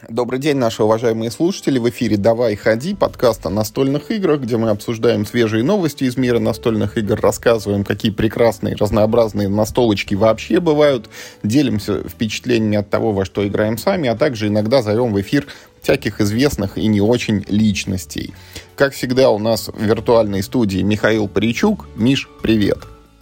Добрый день, наши уважаемые слушатели. В эфире «Давай, ходи», подкаст о настольных играх, где мы обсуждаем свежие новости из мира настольных игр, рассказываем, какие прекрасные, разнообразные настолочки вообще бывают, делимся впечатлениями от того, во что играем сами, а также иногда зовем в эфир всяких известных и не очень личностей. Как всегда, у нас в виртуальной студии Михаил Паричук. Миш, привет.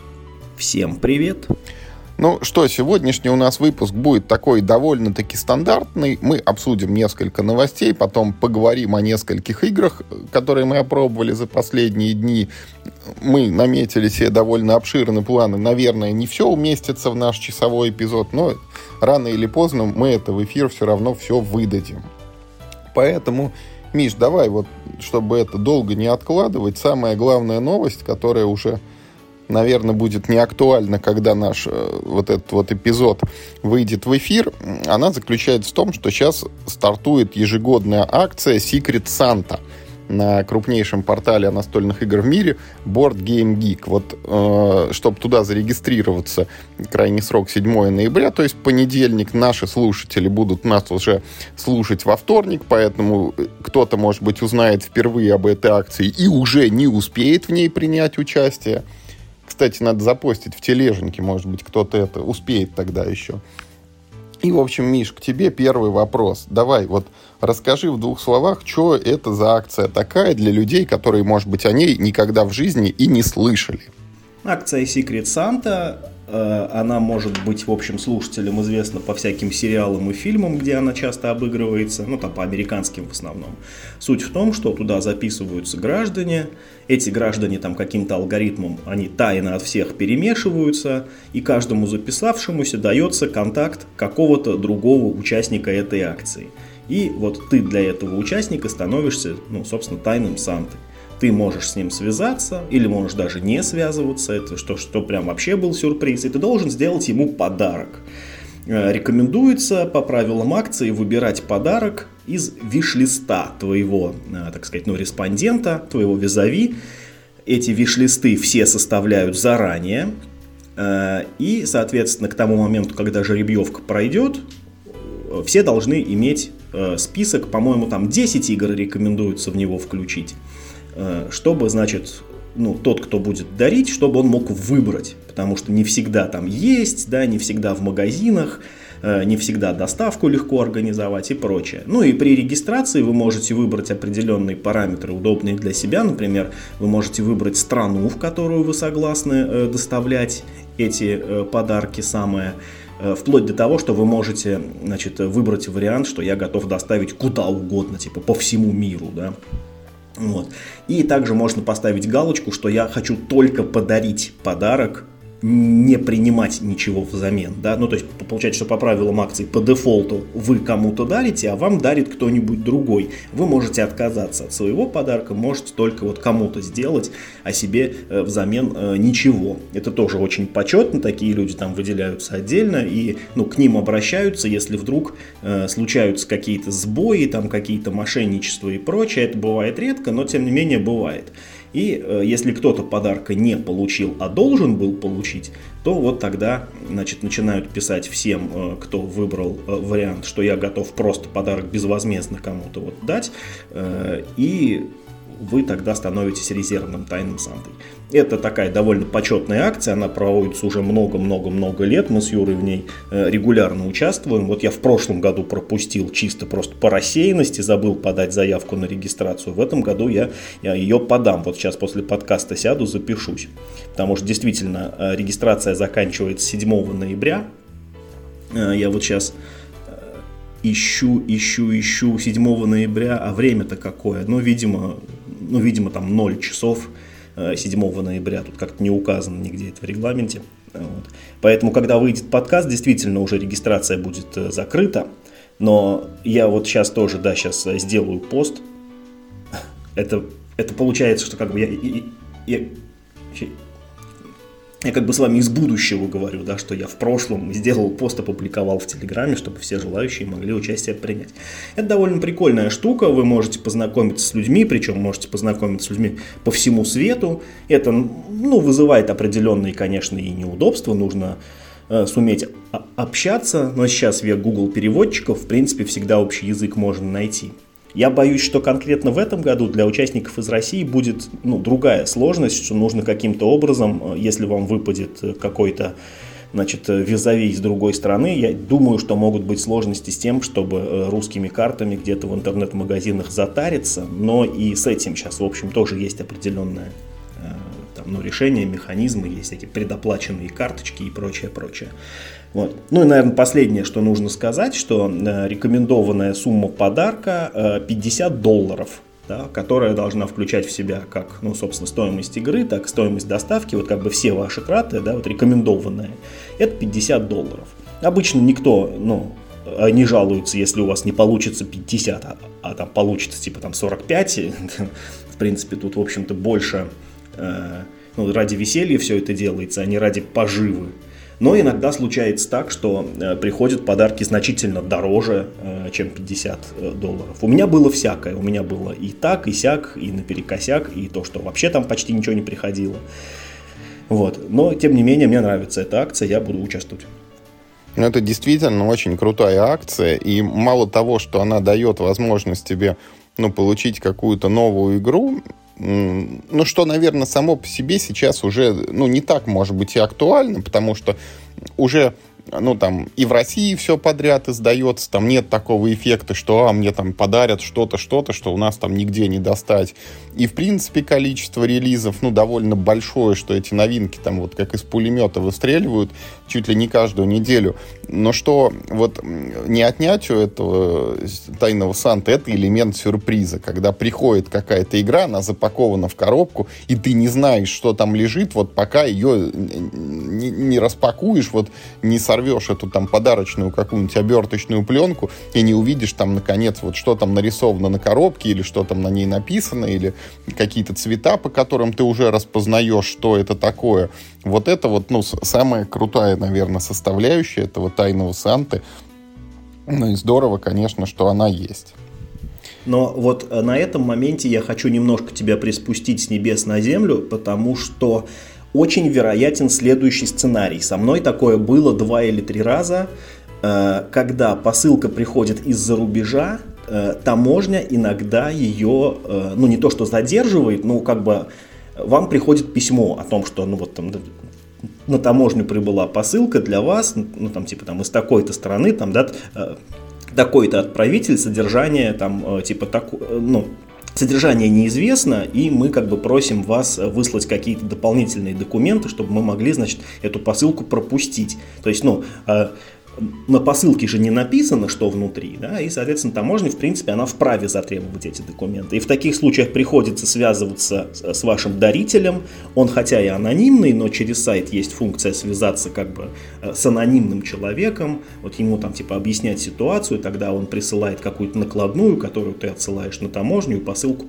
Всем привет. Ну что, сегодняшний у нас выпуск будет такой довольно-таки стандартный. Мы обсудим несколько новостей, потом поговорим о нескольких играх, которые мы опробовали за последние дни. Мы наметили себе довольно обширные планы. Наверное, не все уместится в наш часовой эпизод, но рано или поздно мы это в эфир все равно все выдадим. Поэтому, Миш, давай вот, чтобы это долго не откладывать, самая главная новость, которая уже, наверное, будет не актуальна, когда наш вот этот вот эпизод выйдет в эфир, она заключается в том, что сейчас стартует ежегодная акция Secret Santa на крупнейшем портале настольных игр в мире Board Game Geek. Вот, чтобы туда зарегистрироваться, крайний срок 7 ноября, то есть понедельник. Наши слушатели будут нас уже слушать во вторник, поэтому кто-то, может быть, узнает впервые об этой акции и уже не успеет в ней принять участие. Кстати, надо запостить в тележеньке, может быть, кто-то это успеет тогда еще. И, в общем, Миш, к тебе первый вопрос. Давай, вот расскажи в 2 словах, что это за акция такая для людей, которые, может быть, о ней никогда в жизни и не слышали. Акция Secret Santa, она может быть, в общем, слушателям известна по всяким сериалам и фильмам, где она часто обыгрывается, ну, там, по американским в основном. Суть в том, что туда записываются граждане, эти граждане там каким-то алгоритмом, они тайно от всех перемешиваются, и каждому записавшемуся дается контакт какого-то другого участника этой акции. И вот ты для этого участника становишься, ну, собственно, тайным Сантой. Ты можешь с ним связаться, или можешь даже не связываться, это что прям вообще был сюрприз, и ты должен сделать ему подарок. Рекомендуется по правилам акции выбирать подарок из виш-листа твоего, так сказать, респондента, твоего визави. Эти виш-листы все составляют заранее, и, соответственно, к тому моменту, когда жеребьевка пройдет, все должны иметь список, по-моему, там 10 игр рекомендуется в него включить, чтобы, значит, тот, кто будет дарить, чтобы он мог выбрать, потому что не всегда там есть, да, не всегда в магазинах, не всегда доставку легко организовать и прочее. Ну и при регистрации вы можете выбрать определенные параметры, удобные для себя. Например, вы можете выбрать страну, в которую вы согласны доставлять эти подарки самые, вплоть до того, что вы можете, значит, выбрать вариант, что я готов доставить куда угодно, типа по всему миру, да. Вот. И также можно поставить галочку, что я хочу только подарить подарок, не принимать ничего взамен. Да? Ну, то есть, получается, что по правилам акции по дефолту вы кому-то дарите, а вам дарит кто-нибудь другой. Вы можете отказаться от своего подарка, можете только вот кому-то сделать, а себе взамен ничего. Это тоже очень почетно, такие люди там выделяются отдельно, и к ним обращаются, если вдруг случаются какие-то сбои, там какие-то мошенничества и прочее. Это бывает редко, но тем не менее бывает. И если кто-то подарка не получил, а должен был получить, то вот тогда, значит, начинают писать всем, кто выбрал вариант, что я готов просто подарок безвозмездно кому-то вот дать, и вы тогда становитесь резервным тайным Сантой. Это такая довольно почетная акция, она проводится уже много-много-много лет, мы с Юрой в ней регулярно участвуем. Вот я в прошлом году пропустил чисто просто по рассеянности, забыл подать заявку на регистрацию. В этом году я ее подам, вот сейчас после подкаста сяду, запишусь. Потому что действительно регистрация заканчивается 7 ноября. Я вот сейчас ищу 7 ноября, а время-то какое? Видимо, там 0 часов 7 ноября, тут как-то не указано нигде это в регламенте. Вот. Поэтому, когда выйдет подкаст, действительно уже регистрация будет закрыта. Но я вот сейчас тоже, сейчас сделаю пост. Это получается, что как бы я как бы с вами из будущего говорю, да, что я в прошлом сделал пост, опубликовал в Телеграме, чтобы все желающие могли участие принять. Это довольно прикольная штука, вы можете познакомиться с людьми, причем можете познакомиться с людьми по всему свету. Это, вызывает определенные, конечно, и неудобства, нужно суметь общаться, но сейчас век Google переводчиков, в принципе, всегда общий язык можно найти. Я боюсь, что конкретно в этом году для участников из России будет другая сложность, что нужно каким-то образом, если вам выпадет какой-то визави из другой страны, я думаю, что могут быть сложности с тем, чтобы русскими картами где-то в интернет-магазинах затариться, но и с этим сейчас, в общем, тоже есть определенное решение, механизмы, есть всякие предоплаченные карточки и прочее. Вот. Ну и, наверное, последнее, что нужно сказать, что рекомендованная сумма подарка $50, да, которая должна включать в себя как, собственно, стоимость игры, так и стоимость доставки, вот как бы все ваши траты, да, вот рекомендованные, это $50. Обычно никто, не жалуется, если у вас не получится 50, а там получится типа 45, в принципе, тут, в общем-то, больше ради веселья все это делается, а не ради поживы. Но иногда случается так, что приходят подарки значительно дороже, чем $50. У меня было всякое. У меня было и так, и сяк, и наперекосяк, и то, что вообще там почти ничего не приходило. Вот. Но, тем не менее, мне нравится эта акция, я буду участвовать. Это действительно очень крутая акция. И мало того, что она дает возможность тебе получить какую-то новую игру, что, наверное, само по себе сейчас уже, не так, может быть, и актуально, потому что уже, и в России все подряд издается, там нет такого эффекта, что, мне там подарят что-то, что у нас там нигде не достать. И, в принципе, количество релизов, довольно большое, что эти новинки там вот как из пулемета выстреливают чуть ли не каждую неделю. Но что вот не отнять у этого Тайного Санты, это элемент сюрприза, когда приходит какая-то игра, она запакована в коробку, и ты не знаешь, что там лежит, вот пока ее не распакуешь, вот не сорвешь эту там подарочную какую-нибудь оберточную пленку и не увидишь там, наконец, вот что там нарисовано на коробке, или что там на ней написано, или какие-то цвета, по которым ты уже распознаешь, что это такое. Вот это вот, самая крутая, наверное, составляющая этого Тайного Санты. И здорово, конечно, что она есть. Но вот на этом моменте я хочу немножко тебя приспустить с небес на землю, потому что очень вероятен следующий сценарий. Со мной такое было 2 или 3 раза, когда посылка приходит из-за рубежа, таможня иногда ее, не то что задерживает, вам приходит письмо о том, что, на таможню прибыла посылка для вас, из такой-то страны, такой-то отправитель, содержание, содержание неизвестно, и мы просим вас выслать какие-то дополнительные документы, чтобы мы могли, эту посылку пропустить. То есть, на посылке же не написано, что внутри, да, и, соответственно, таможня, в принципе, она вправе затребовать эти документы. И в таких случаях приходится связываться с вашим дарителем. Он, хотя и анонимный, но через сайт есть функция связаться с анонимным человеком, вот ему объяснять ситуацию, тогда он присылает какую-то накладную, которую ты отсылаешь на таможню, и посылку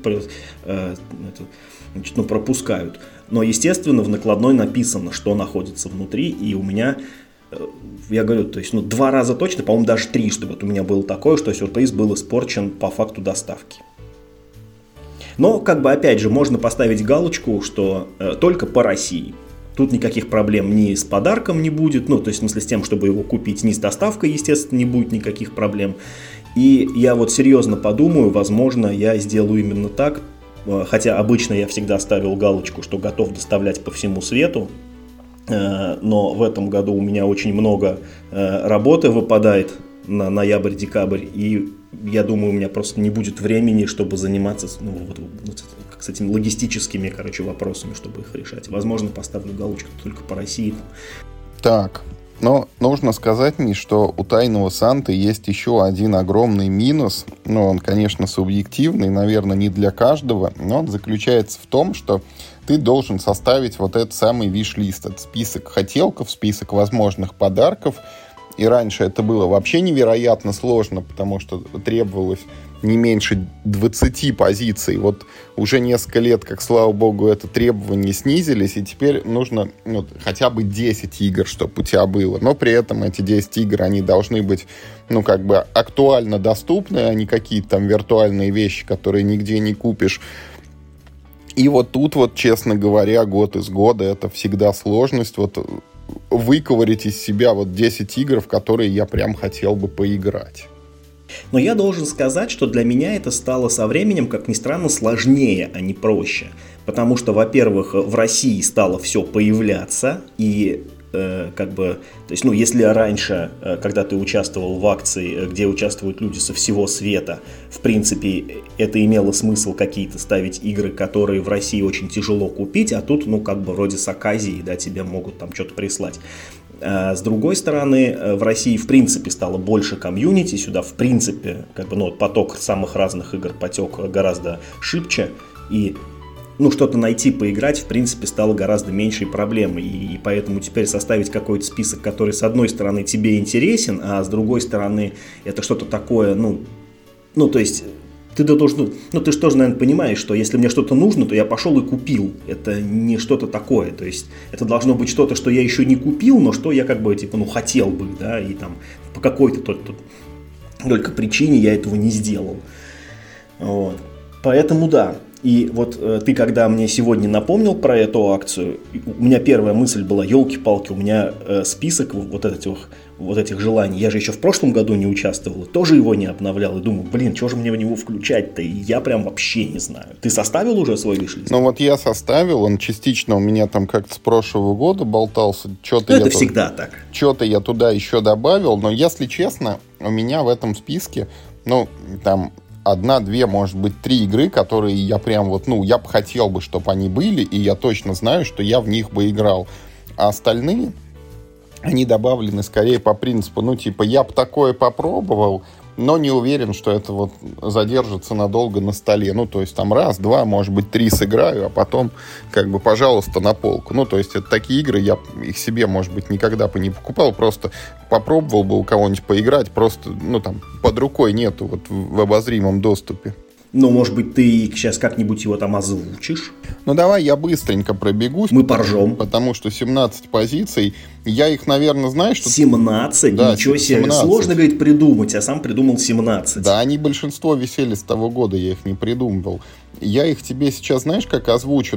пропускают. Но, естественно, в накладной написано, что находится внутри, и у меня... Я говорю, то есть, 2 раза точно, по-моему, даже 3, чтобы у меня было такое, что сюрприз был испорчен по факту доставки. Но, опять же, можно поставить галочку, что только по России. Тут никаких проблем ни с подарком не будет, то есть, в смысле, с тем, чтобы его купить, ни с доставкой, естественно, не будет никаких проблем. И я вот серьезно подумаю, возможно, я сделаю именно так, хотя обычно я всегда ставил галочку, что готов доставлять по всему свету. Но в этом году у меня очень много работы выпадает на ноябрь-декабрь, и я думаю, у меня просто не будет времени, чтобы заниматься с этими логистическими, вопросами, чтобы их решать. Возможно, поставлю галочку только по России. Так, но нужно сказать, Миш, что у Тайного Санты есть еще один огромный минус. Он, конечно, субъективный, наверное, не для каждого, но он заключается в том, что ты должен составить вот этот самый виш-лист, этот список хотелков, список возможных подарков. И раньше это было вообще невероятно сложно, потому что требовалось не меньше 20 позиций. Вот уже несколько лет, как, слава богу, это требования снизились, и теперь нужно хотя бы 10 игр, чтобы у тебя было. Но при этом эти 10 игр, они должны быть, актуально доступны, а не какие-то там виртуальные вещи, которые нигде не купишь. И вот тут, честно говоря, год из года это всегда сложность. выковырять из себя вот 10 игр, в которые я прям хотел бы поиграть. Но я должен сказать, что для меня это стало со временем, как ни странно, сложнее, а не проще. Потому что, во-первых, в России стало все появляться, и то есть, если раньше, когда ты участвовал в акции, где участвуют люди со всего света, в принципе, это имело смысл какие-то ставить игры, которые в России очень тяжело купить, а тут, вроде с оказией, да, тебе могут там что-то прислать. С другой стороны, в России, в принципе, стало больше комьюнити, сюда, в принципе, поток самых разных игр потек гораздо шибче, и что-то найти, поиграть, в принципе, стало гораздо меньшей проблемой. И поэтому теперь составить какой-то список, который, с одной стороны, тебе интересен, а с другой стороны, это что-то такое, то есть, ты должен, ты же тоже, наверное, понимаешь, что если мне что-то нужно, то я пошел и купил. Это не что-то такое. То есть, это должно быть что-то, что я еще не купил, но что я хотел бы, да, и там по какой-то только причине я этого не сделал. Вот. Поэтому да. И вот ты, когда мне сегодня напомнил про эту акцию, у меня первая мысль была: елки-палки, у меня список вот этих желаний. Я же еще в прошлом году не участвовал, тоже его не обновлял. И думаю, что же мне в него включать-то? И я прям вообще не знаю. Ты составил уже свой виш-лист? Я составил, он частично у меня там как-то с прошлого года болтался. Это всегда так. Что-то я туда еще добавил, но если честно, у меня в этом списке, там 1, 2, может быть, 3 игры, которые я прям я бы хотел бы, чтобы они были, и я точно знаю, что я в них бы играл. А остальные, они добавлены скорее по принципу, я бы такое попробовал, но не уверен, что это задержится надолго на столе. То есть там 1, 2, может быть, 3 сыграю, а потом, пожалуйста, на полку. То есть это такие игры, я их себе, может быть, никогда бы не покупал, просто попробовал бы у кого-нибудь поиграть, просто, там, под рукой нету в обозримом доступе. Может быть, ты сейчас как-нибудь его там озвучишь? Давай я быстренько пробегусь. Мы поржем. Потому что 17 позиций. Я их, наверное, знаешь, что... 17? Да, ничего себе. 17. Сложно, говорит, придумать, а сам придумал 17. Да, они большинство висели с того года, я их не придумывал. Я их тебе сейчас, знаешь, как озвучу?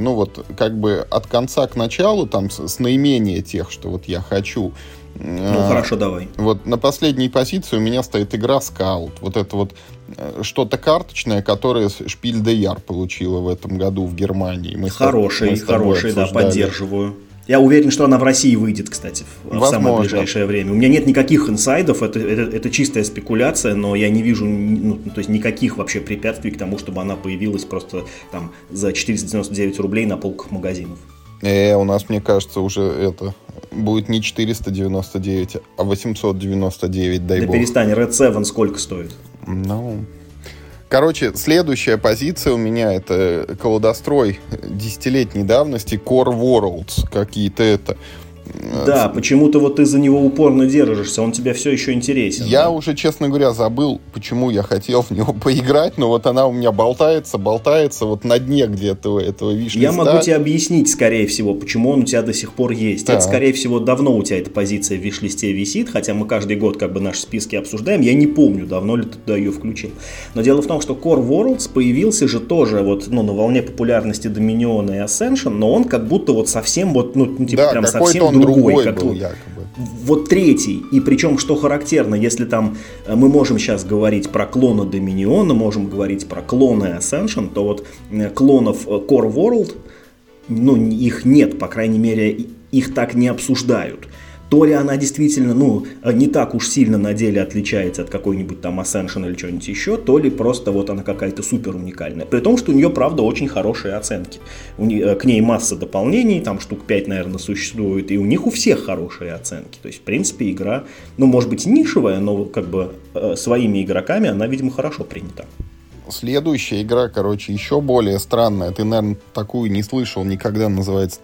От конца к началу, там, с наименее тех, что я хочу. Хорошо, давай. На последней позиции у меня стоит игра Scout. Это что-то карточное, которое Шпиль де Яр получила в этом году в Германии. Хороший, да, поддерживаю. Я уверен, что она в России выйдет, кстати, в самое ближайшее время. У меня нет никаких инсайдов, это чистая спекуляция, но я не вижу никаких вообще препятствий к тому, чтобы она появилась просто там за 499 рублей на полках магазинов. У нас, мне кажется, уже будет не 499, а 899, дай бог. Да перестань, Red 7 сколько стоит? Короче, следующая позиция у меня — это колодострой 10-летней давности, Core Worlds какие-то Да, почему-то ты за него упорно держишься, он тебе все еще интересен. Я уже, честно говоря, забыл, почему я хотел в него поиграть, но она у меня болтается на дне где-то этого виш-листа. Я могу тебе объяснить, скорее всего, почему он у тебя до сих пор есть. Так. Это, скорее всего, давно у тебя эта позиция в виш-листе висит, хотя мы каждый год наши списки обсуждаем. Я не помню, давно ли ты туда ее включил. Но дело в том, что Core Worlds появился же тоже на волне популярности Dominion и Ascension, но он как будто совсем прям совсем другой был, якобы. Третий. И причем, что характерно, если там мы можем сейчас говорить про клона Доминиона, можем говорить про клоны Ascension, то клонов Core World, их нет, по крайней мере, их так не обсуждают. То ли она действительно, не так уж сильно на деле отличается от какой-нибудь там Ascension или чего-нибудь еще, то ли просто она какая-то супер уникальная. При том, что у нее, правда, очень хорошие оценки. К ней масса дополнений, там штук 5, наверное, существует, и у них у всех хорошие оценки. То есть, в принципе, игра, может быть, нишевая, но своими игроками она, видимо, хорошо принята. Следующая игра, еще более странная. Ты, наверное, такую не слышал никогда, называется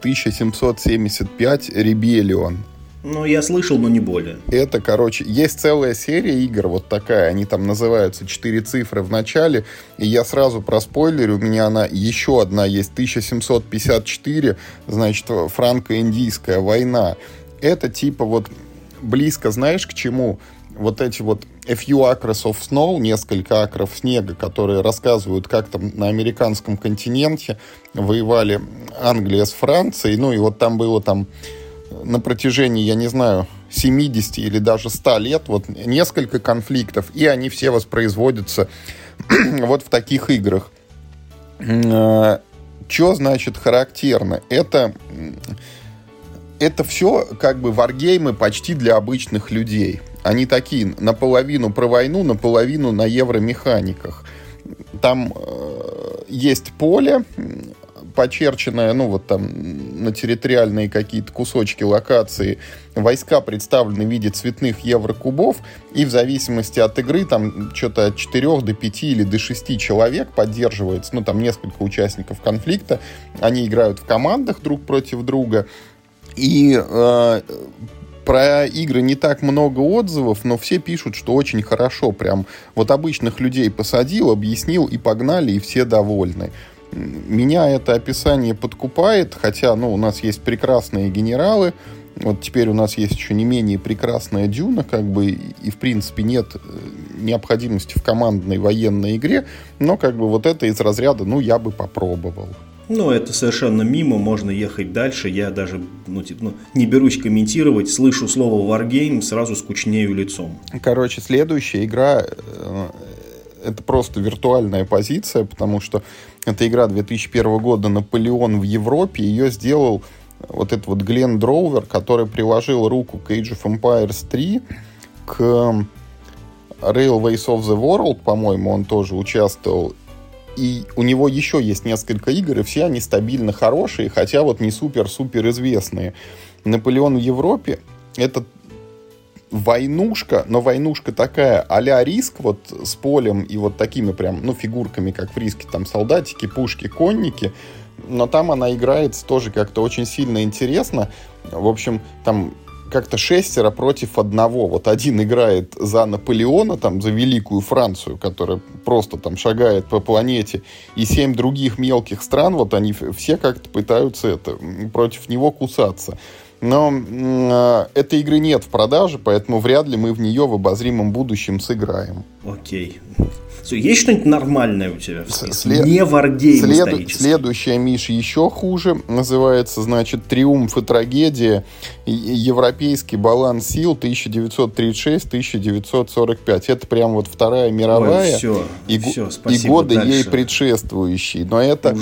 1775 Rebellion. Я слышал, но не более. Это, есть целая серия игр такая, они там называются 4 цифры в начале, и я сразу проспойлерю, у меня она еще одна есть, 1754, значит, франко-индийская война. Это близко, знаешь, к чему? Эти A Few Acres of Snow, несколько акров снега, которые рассказывают, как там на американском континенте воевали Англия с Францией, и там было на протяжении, я не знаю, 70 или даже 100 лет, вот несколько конфликтов, и они все воспроизводятся вот в таких играх. Что значит характерно? Это все как бы варгеймы почти для обычных людей. Они такие наполовину про войну, наполовину на евромеханиках. Там есть поле, почерченное, ну, вот там на территориальные какие-то кусочки локации. Войска представлены в виде цветных еврокубов, и в зависимости от игры там что-то от 4 до 5 или до 6 человек поддерживается, ну, там несколько участников конфликта. Они играют в командах друг против друга. И про игры не так много отзывов, но все пишут, что очень хорошо. Прям вот обычных людей посадил, объяснил, и погнали, и все довольны. Меня это описание подкупает, хотя, ну, у нас есть прекрасные генералы, вот теперь у нас есть еще не менее прекрасная Дюна, как бы, и в принципе нет необходимости в командной военной игре, но как бы вот это из разряда, ну, я бы попробовал. Ну, это совершенно мимо, можно ехать дальше, я даже, не берусь комментировать, слышу слово Wargame, сразу скучнею лицом. Короче, следующая игра, это просто виртуальная позиция, потому что это игра 2001 года «Наполеон в Европе». Ее сделал вот этот вот Глен Дроувер, который приложил руку к Age of Empires 3, к Railways of the World, по-моему, он тоже участвовал. И у него еще есть несколько игр, и все они стабильно хорошие, хотя вот не супер-супер известные. «Наполеон в Европе» — это войнушка, но войнушка такая а-ля Риск, вот с полем и вот такими прям, ну, фигурками, как в Риске, там солдатики, пушки, конники, но там она играется тоже как-то очень сильно интересно. В общем, там как-то 6 против 1. Вот один играет за Наполеона, там, за Великую Францию, которая просто там шагает по планете, и 7 других мелких стран, вот они все как-то пытаются против него кусаться. Но этой игры нет в продаже, поэтому вряд ли мы в нее в обозримом будущем сыграем. Окей. Есть что-нибудь нормальное у тебя в списке? Не варгейм исторический. Следующая, Миш, еще хуже. Называется, значит, «Триумф и трагедия. Европейский баланс сил 1936-1945». Это прям вот Вторая мировая. Ой, и годы дальше. Ей предшествующие. Но это...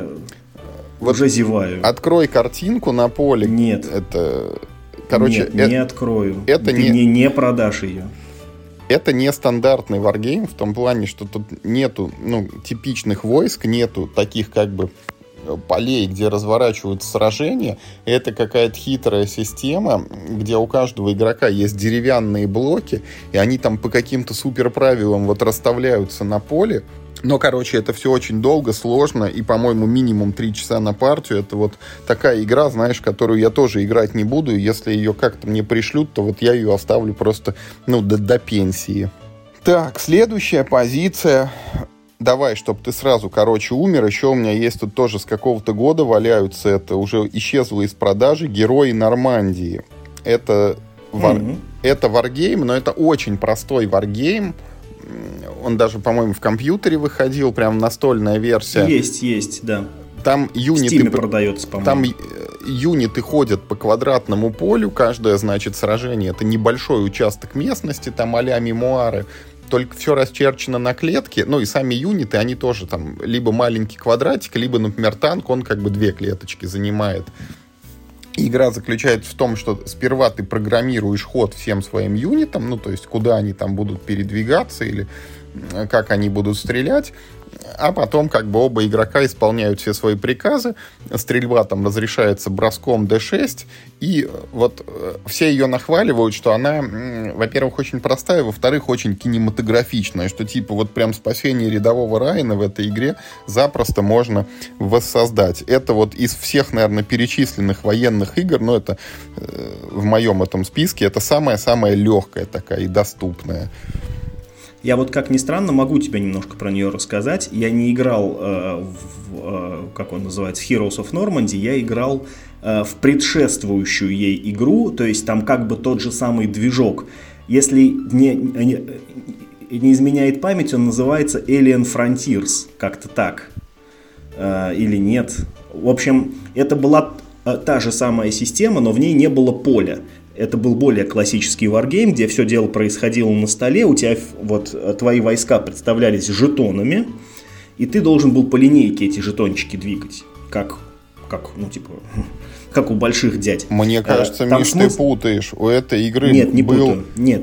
Уже зеваю. Открой картинку на поле. Нет. Это... Короче, не открою. Это Ты мне не продашь ее. Это не стандартный варгейм в том плане, что тут нету, ну, типичных войск, нету таких как бы полей, где разворачиваются сражения. Это какая-то хитрая система, где у каждого игрока есть деревянные блоки, и они там по каким-то суперправилам вот расставляются на поле. Но, короче, это все очень долго, сложно, и, по-моему, минимум 3 часа на партию. Это вот такая игра, знаешь, которую я тоже играть не буду, и если ее как-то мне пришлют, то вот я ее оставлю просто, ну, до пенсии. Так, следующая позиция. Давай, чтобы ты сразу, короче, умер. Еще у меня есть тут тоже с какого-то года валяются, это уже исчезло из продажи, «Герои Нормандии». Это варгейм, но это очень простой варгейм. Он даже, по-моему, в компьютере выходил, прям настольная версия. Есть, да. Там юниты, в Steam продается, по-моему. Там юниты ходят по квадратному полю. Каждое, значит, сражение — это небольшой участок местности, там а-ля мемуары. Только все расчерчено на клетке. Ну и сами юниты, они тоже там либо маленький квадратик, либо, например, танк, он как бы 2 клеточки занимает. Игра заключается в том, что сперва ты программируешь ход всем своим юнитам, ну, то есть, куда они там будут передвигаться или как они будут стрелять, а потом как бы оба игрока исполняют все свои приказы, стрельба там разрешается броском D6, и вот все ее нахваливают, что она, во-первых, очень простая, во-вторых, очень кинематографичная, что типа вот прям спасение рядового Райана в этой игре запросто можно воссоздать. Это вот из всех, наверное, перечисленных военных игр, но это в моем этом списке, это самая-самая легкая такая и доступная. Я вот, как ни странно, могу тебе немножко про нее рассказать. Я не играл как он называется, Heroes of Normandy, я играл в предшествующую ей игру, то есть там как бы тот же самый движок. Если не изменяет память, он называется Alien Frontiers, как-то так. Или нет. В общем, это была та же самая система, но в ней не было поля. Это был более классический варгейм, где все дело происходило на столе, у тебя вот твои войска представлялись жетонами, и ты должен был по линейке эти жетончики двигать, как у больших дядь. Мне кажется, Миш, ты путаешь. У этой игры было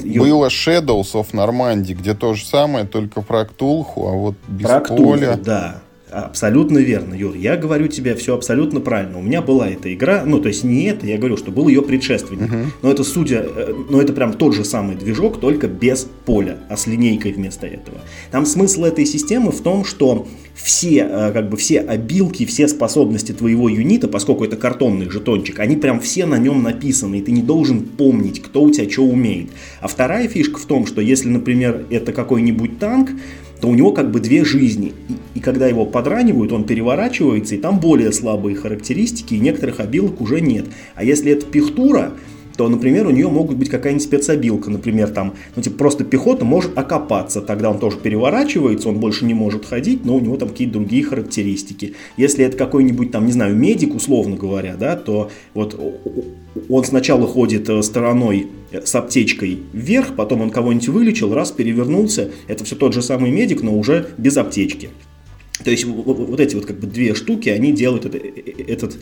Shadows of Normandy, где то же самое, только про Ктулху, а вот без поля. Да. Абсолютно верно, Юр. Я говорю тебе все абсолютно правильно. У меня была эта игра, то есть не это, я говорю, что был ее предшественник. Но это прям тот же самый движок, только без поля, а с линейкой вместо этого. Там смысл этой системы в том, что все обилки, все способности твоего юнита, поскольку это картонный жетончик, они прям все на нем написаны, и ты не должен помнить, кто у тебя что умеет. А вторая фишка в том, что если, например, это какой-нибудь танк, то у него как бы 2 жизни, и когда его подранивают, он переворачивается, и там более слабые характеристики, и некоторых обилок уже нет. А если это пехтура, то, например, у нее могут быть какая-нибудь спецобилка, например, там, просто пехота может окопаться, тогда он тоже переворачивается, он больше не может ходить, но у него там какие-то другие характеристики. Если это какой-нибудь там, не знаю, медик, условно говоря, да, то вот он сначала ходит стороной с аптечкой вверх, потом он кого-нибудь вылечил, раз, перевернулся, это все тот же самый медик, но уже без аптечки. То есть вот эти вот как бы 2 штуки, они делают этот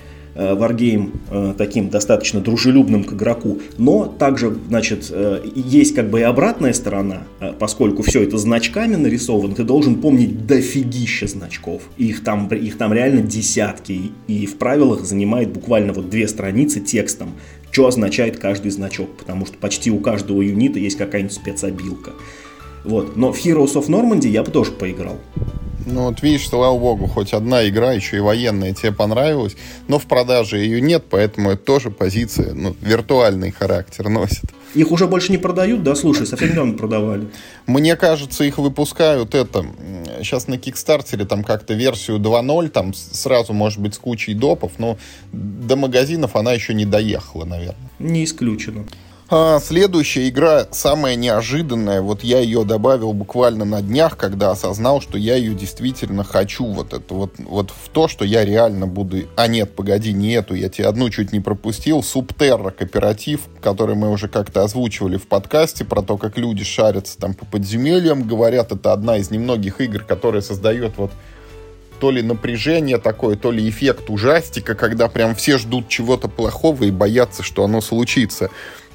варгейм таким достаточно дружелюбным к игроку, но также, значит, есть как бы и обратная сторона, поскольку все это значками нарисовано, ты должен помнить дофигища значков, их там реально десятки, и в правилах занимает буквально вот 2 страницы текстом, что означает каждый значок, потому что почти у каждого юнита есть какая-нибудь спецобилка. Вот. Но в Heroes of Normandy я бы тоже поиграл. Ну вот видишь, слава богу, хоть одна игра, еще и военная, тебе понравилась, но в продаже ее нет, поэтому это тоже позиция, виртуальный характер носит. Их уже больше не продают, да? Слушай, совсем недавно продавали. Мне кажется, их выпускают сейчас на Кикстартере там как-то версию 2.0, там сразу, может быть, с кучей допов, но до магазинов она еще не доехала, наверное. Не исключено. Следующая игра самая неожиданная. Вот я ее добавил буквально на днях, когда осознал, что я ее действительно хочу. Вот в то, что я реально буду... нет, погоди, не эту. Я тебе одну чуть не пропустил. Subterra кооператив, который мы уже как-то озвучивали в подкасте, про то, как люди шарятся там по подземельям. Говорят, это одна из немногих игр, которая создает то ли напряжение такое, то ли эффект ужастика, когда прям все ждут чего-то плохого и боятся, что оно случится.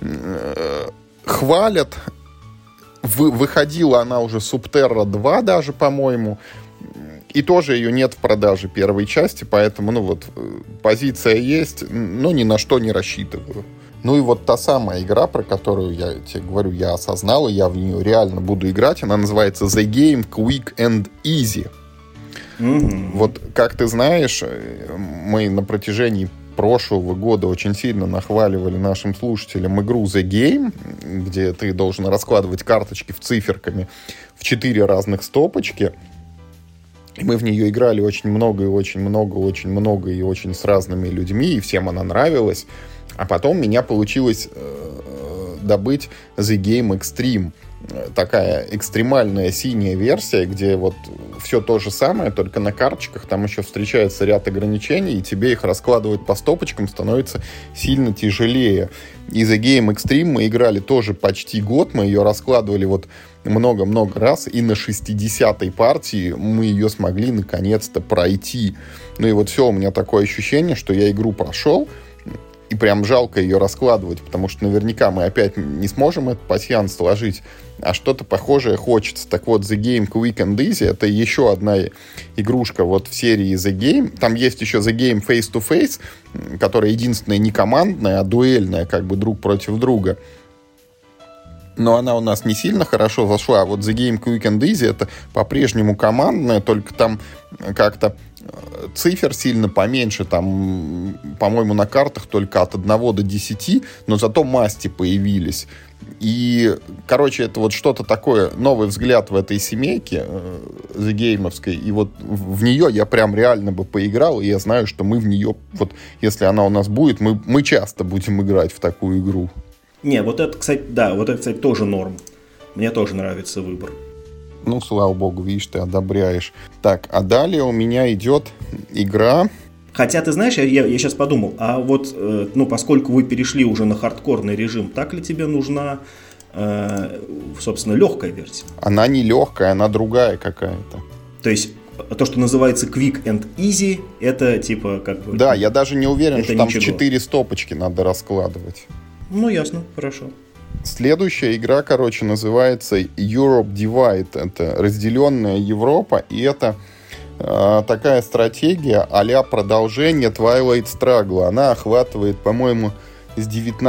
Хвалят. Выходила она уже Subterra 2 даже, по-моему. И тоже ее нет в продаже первой части, поэтому, позиция есть, но ни на что не рассчитываю. Ну и вот та самая игра, про которую я тебе говорю, я осознал, и я в нее реально буду играть, она называется The Game Quick and Easy. Mm-hmm. Вот, как ты знаешь, мы на протяжении прошлого года очень сильно нахваливали нашим слушателям игру The Game, где ты должен раскладывать карточки циферками в 4 разных стопочки. И мы в нее играли очень много и очень с разными людьми, и всем она нравилась. А потом меня получилось добыть The Game Extreme. Такая экстремальная синяя версия, где все то же самое, только на карточках там еще встречается ряд ограничений, и тебе их раскладывать по стопочкам становится сильно тяжелее. И The Game Extreme мы играли тоже почти год, мы ее раскладывали много-много раз, и на 60-й партии мы ее смогли наконец-то пройти. Ну и все, у меня такое ощущение, что я игру прошел, и прям жалко ее раскладывать, потому что наверняка мы опять не сможем этот пасьянс сложить, а что-то похожее хочется. Так вот, The Game Quick and Easy — это еще одна игрушка в серии The Game. Там есть еще The Game Face to Face, которая единственная не командная, а дуэльная, как бы друг против друга. Но она у нас не сильно хорошо зашла. А вот The Game Quick and Easy — это по-прежнему командная, только там как-то цифр сильно поменьше, там, по-моему, на картах только от 1 до 10, но зато масти появились. И, это что-то такое, новый взгляд в этой семейке The Game'овской, и в нее я прям реально бы поиграл, и я знаю, что мы в нее, если она у нас будет, мы часто будем играть в такую игру. Не, это, кстати, тоже норм. Мне тоже нравится выбор. Ну, слава богу, видишь, ты одобряешь. Так, а далее у меня идет игра, Хотя, ты знаешь, я сейчас подумал, а вот, поскольку вы перешли уже на хардкорный режим, так ли тебе нужна, собственно, легкая версия? Она не легкая, она другая какая-то. То есть, то, что называется quick and easy, это типа как бы... Да, я даже не уверен, что там ничего. в 4 стопочки надо раскладывать. Ну, ясно, хорошо. Следующая игра, называется Europe Divide. Это разделенная Европа, и это такая стратегия а-ля продолжение Twilight Struggle. Она охватывает, по-моему, с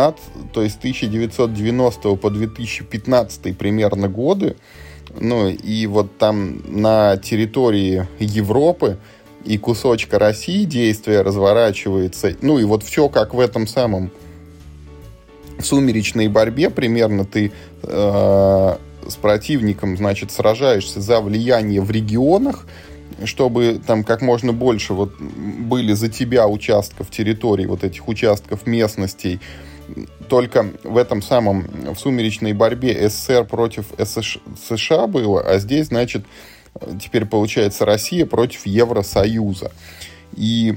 1990 по 2015 примерно годы. Ну, и вот там на территории Европы и кусочка России действие разворачивается. Ну, и вот все как в этом самом в сумеречной борьбе примерно ты с противником, значит, сражаешься за влияние в регионах, чтобы там как можно больше вот были за тебя участков территории, вот этих участков местностей. Только в этом самом, в сумеречной борьбе СССР против США было, а здесь, значит, теперь получается Россия против Евросоюза. И,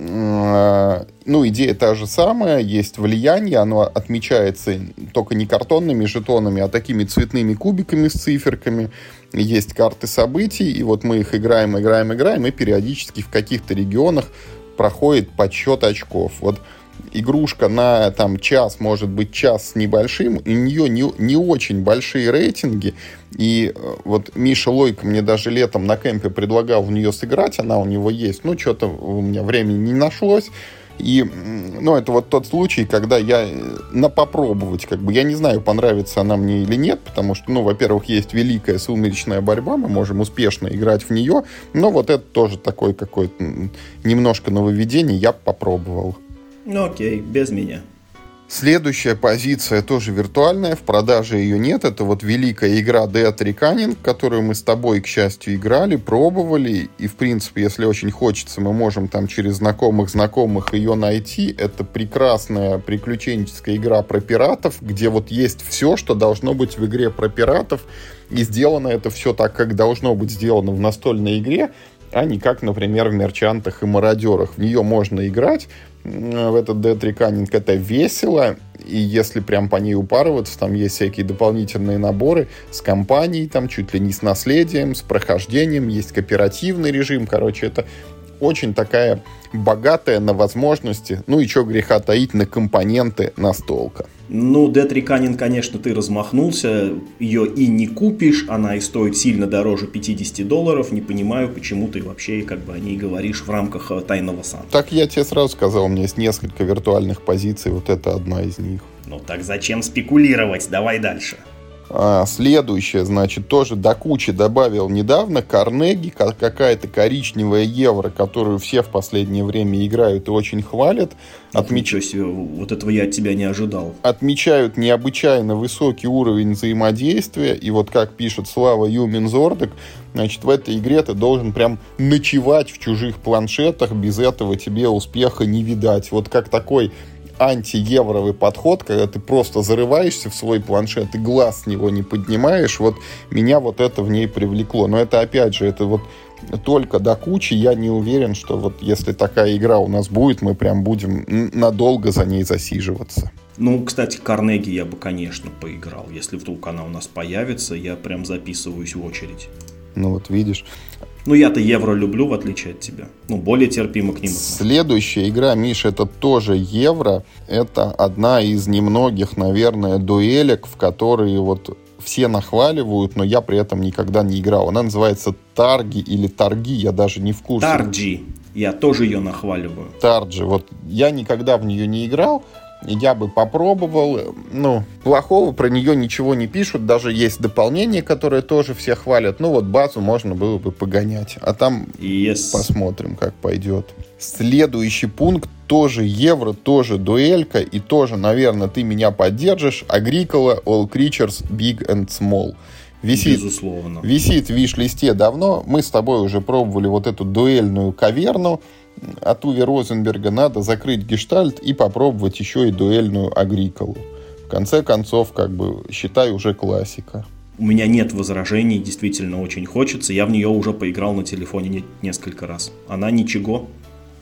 идея та же самая, есть влияние, оно отмечается только не картонными жетонами, а такими цветными кубиками с циферками. Есть карты событий, и вот мы их играем, и периодически в каких-то регионах проходит подсчет очков. Вот игрушка на час, может быть, час с небольшим, у нее не очень большие рейтинги. И вот Миша Лойко мне даже летом на кемпе предлагал в нее сыграть, она у него есть. Что-то у меня времени не нашлось. И, это вот тот случай, когда я попробовать, я не знаю, понравится она мне или нет, потому что, во-первых, есть великая сумеречная борьба, мы можем успешно играть в нее, но вот это тоже такое какое-то немножко нововведение, я попробовал. Окей, без меня. Следующая позиция тоже виртуальная, в продаже ее нет. Это вот великая игра Dead Reckoning, которую мы с тобой, к счастью, играли, пробовали. И, в принципе, если очень хочется, мы можем там через знакомых ее найти. Это прекрасная приключенческая игра про пиратов, где вот есть все, что должно быть в игре про пиратов. И сделано это все так, как должно быть сделано в настольной игре, а не как, например, в мерчантах и мародерах. В нее можно играть, в этот Dead Reckoning, это весело, и если прям по ней упарываться, там есть всякие дополнительные наборы с компанией, там чуть ли не с наследием, с прохождением, есть кооперативный режим, это очень такая богатая на возможности, и что греха таить, на компоненты настолка. Dead Reckoning, конечно, ты размахнулся, ее и не купишь, она и стоит сильно дороже $50. Не понимаю, почему ты вообще о ней говоришь в рамках Тайного Санты. Так я тебе сразу сказал, у меня есть несколько виртуальных позиций, вот это одна из них. Так зачем спекулировать? Давай дальше. Следующее, значит, тоже до кучи добавил недавно Carnegie, какая-то коричневая евро, которую все в последнее время играют и очень хвалят. Ничего себе, вот этого я от тебя не ожидал. Отмечают необычайно высокий уровень взаимодействия, и вот как пишет Слава Юминзордек, значит, в этой игре ты должен прям ночевать в чужих планшетах, без этого тебе успеха не видать. Вот как такой антиевровый подход, когда ты просто зарываешься в свой планшет и глаз с него не поднимаешь, вот меня вот это в ней привлекло. Но это, опять же, это вот только до кучи. Я не уверен, что вот если такая игра у нас будет, мы прям будем надолго за ней засиживаться. Кстати, Carnegie я бы, конечно, поиграл. Если вдруг она у нас появится, я прям записываюсь в очередь. Вот видишь. Я-то евро люблю, в отличие от тебя. Более терпимо к ним. Следующая игра, Миша, это тоже евро. Это одна из немногих, наверное, дуэлек, в которые вот все нахваливают, но я при этом никогда не играл. Она называется Тарги или Торги, я даже не в курсе. Тарджи. Я тоже ее нахваливаю. Тарджи. Вот я никогда в нее не играл. Я бы попробовал. Плохого про нее ничего не пишут. Даже есть дополнение, которое тоже все хвалят. Базу можно было бы погонять. А там посмотрим, как пойдет. Следующий пункт тоже евро, тоже дуэлька. И тоже, наверное, ты меня поддержишь. Agricola All Creatures Big and Small. Безусловно. Висит в виш-листе давно. Мы с тобой уже пробовали вот эту дуэльную каверну от Уве Розенберга. Надо закрыть гештальт и попробовать еще и дуэльную Агриколу. В конце концов, считай, уже классика. У меня нет возражений, действительно очень хочется. Я в нее уже поиграл на телефоне несколько раз. Она ничего,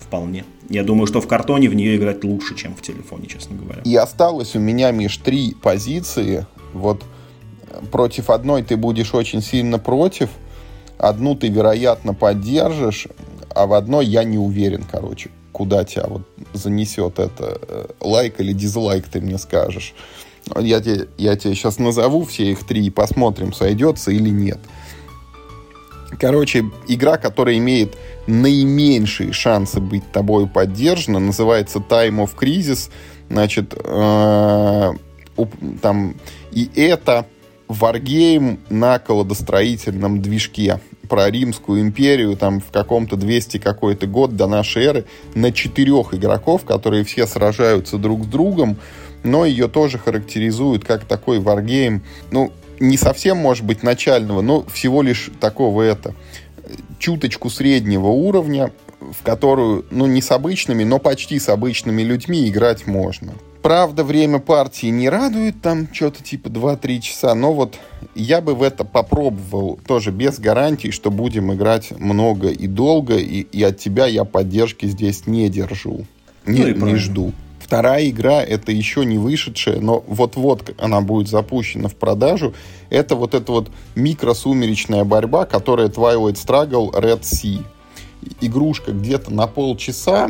вполне. Я думаю, что в картоне в нее играть лучше, чем в телефоне, честно говоря. И осталось у меня, Миш, 3 позиции. Вот против одной ты будешь очень сильно против, одну ты, вероятно, поддержишь, а в одной я не уверен, короче, куда тебя вот занесет это. Лайк или дизлайк ты мне скажешь. Я тебе сейчас назову все их 3 и посмотрим, сойдется или нет. Короче, игра, которая имеет наименьшие шансы быть тобой поддержана, называется Time of Crisis. Значит, там и это варгейм на колодостроительном движке про Римскую империю, там в каком-то 200 какой-то год до нашей эры, на 4 игроков, которые все сражаются друг с другом, но ее тоже характеризуют как такой варгейм, ну, не совсем, может быть, начального, но всего лишь такого чуточку среднего уровня, в которую, ну, не с обычными, но почти с обычными людьми играть можно. Правда, время партии не радует, там что-то типа 2-3 часа, но вот я бы в это попробовал тоже без гарантий, что будем играть много и долго, и от тебя я поддержки здесь не держу, не жду. Вторая игра, это еще не вышедшая, но вот-вот она будет запущена в продажу. Это вот эта вот микросумеречная борьба, которая Twilight Struggle Red Sea. Игрушка где-то на полчаса,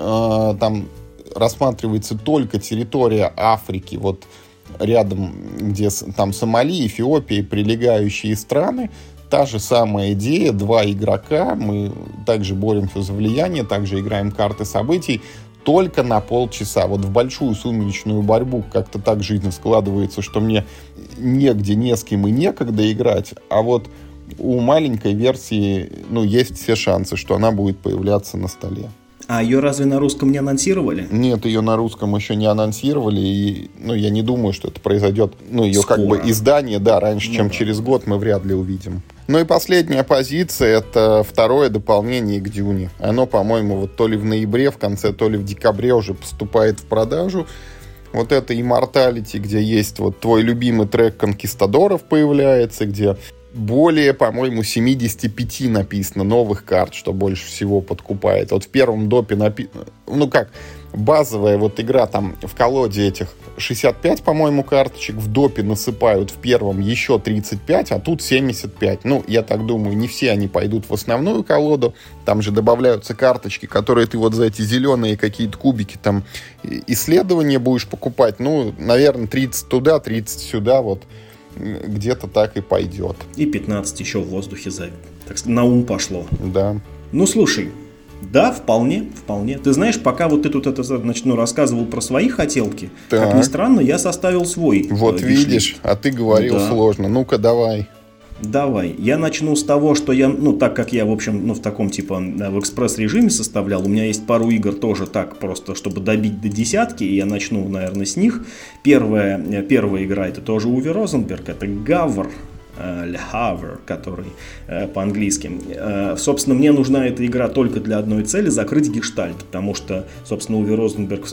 там рассматривается только территория Африки, вот рядом, где там Сомали, Эфиопия и прилегающие страны. Та же самая идея, 2 игрока, мы также боремся за влияние, также играем карты событий, только на полчаса. Вот в большую сумеречную борьбу как-то так жизнь складывается, что мне негде, не с кем и некогда играть, а вот у маленькой версии, ну, есть все шансы, что она будет появляться на столе. А ее разве на русском не анонсировали? Нет, ее на русском еще не анонсировали, и, ну, я не думаю, что это произойдет, ну, ее скоро. Как бы издание, да, раньше, чем через год мы вряд ли увидим. Ну и последняя позиция, это второе дополнение к Дюне. Оно, по-моему, вот то ли в ноябре, в конце, то ли в декабре уже поступает в продажу. Вот это Immortality, где есть вот твой любимый трек Конкистадоров появляется, где более, по-моему, 75 написано новых карт, что больше всего подкупает. Вот в первом допе ну как, базовая вот игра там в колоде этих 65, по-моему, карточек, в допе насыпают в первом еще 35, а тут 75. Ну, я так думаю, не все они пойдут в основную колоду. Там же добавляются карточки, которые ты вот за эти зеленые какие-то кубики там исследования будешь покупать. Ну, наверное, 30 туда, 30 сюда, вот где-то так и пойдет. И 15 еще в воздухе завит. Так сказать, на ум пошло. Да. Ну, слушай, да, вполне. Ты знаешь, пока вот ты тут рассказывал про свои хотелки, так. Как ни странно, я составил свой. Вот видишь, а ты говорил сложно. Ну-ка, давай. Давай. Я начну с того, что я, ну, так как я, в общем, ну, в таком, типа, в экспресс-режиме составлял, у меня есть пару игр тоже так, просто, чтобы добить до десятки, и я начну, наверное, с них. Первая игра, это тоже Уве Розенберг, это Гавр, Le Havre, который по-английски. Собственно, мне нужна эта игра только для одной цели — закрыть гештальт, потому что, собственно, Уве Розенберг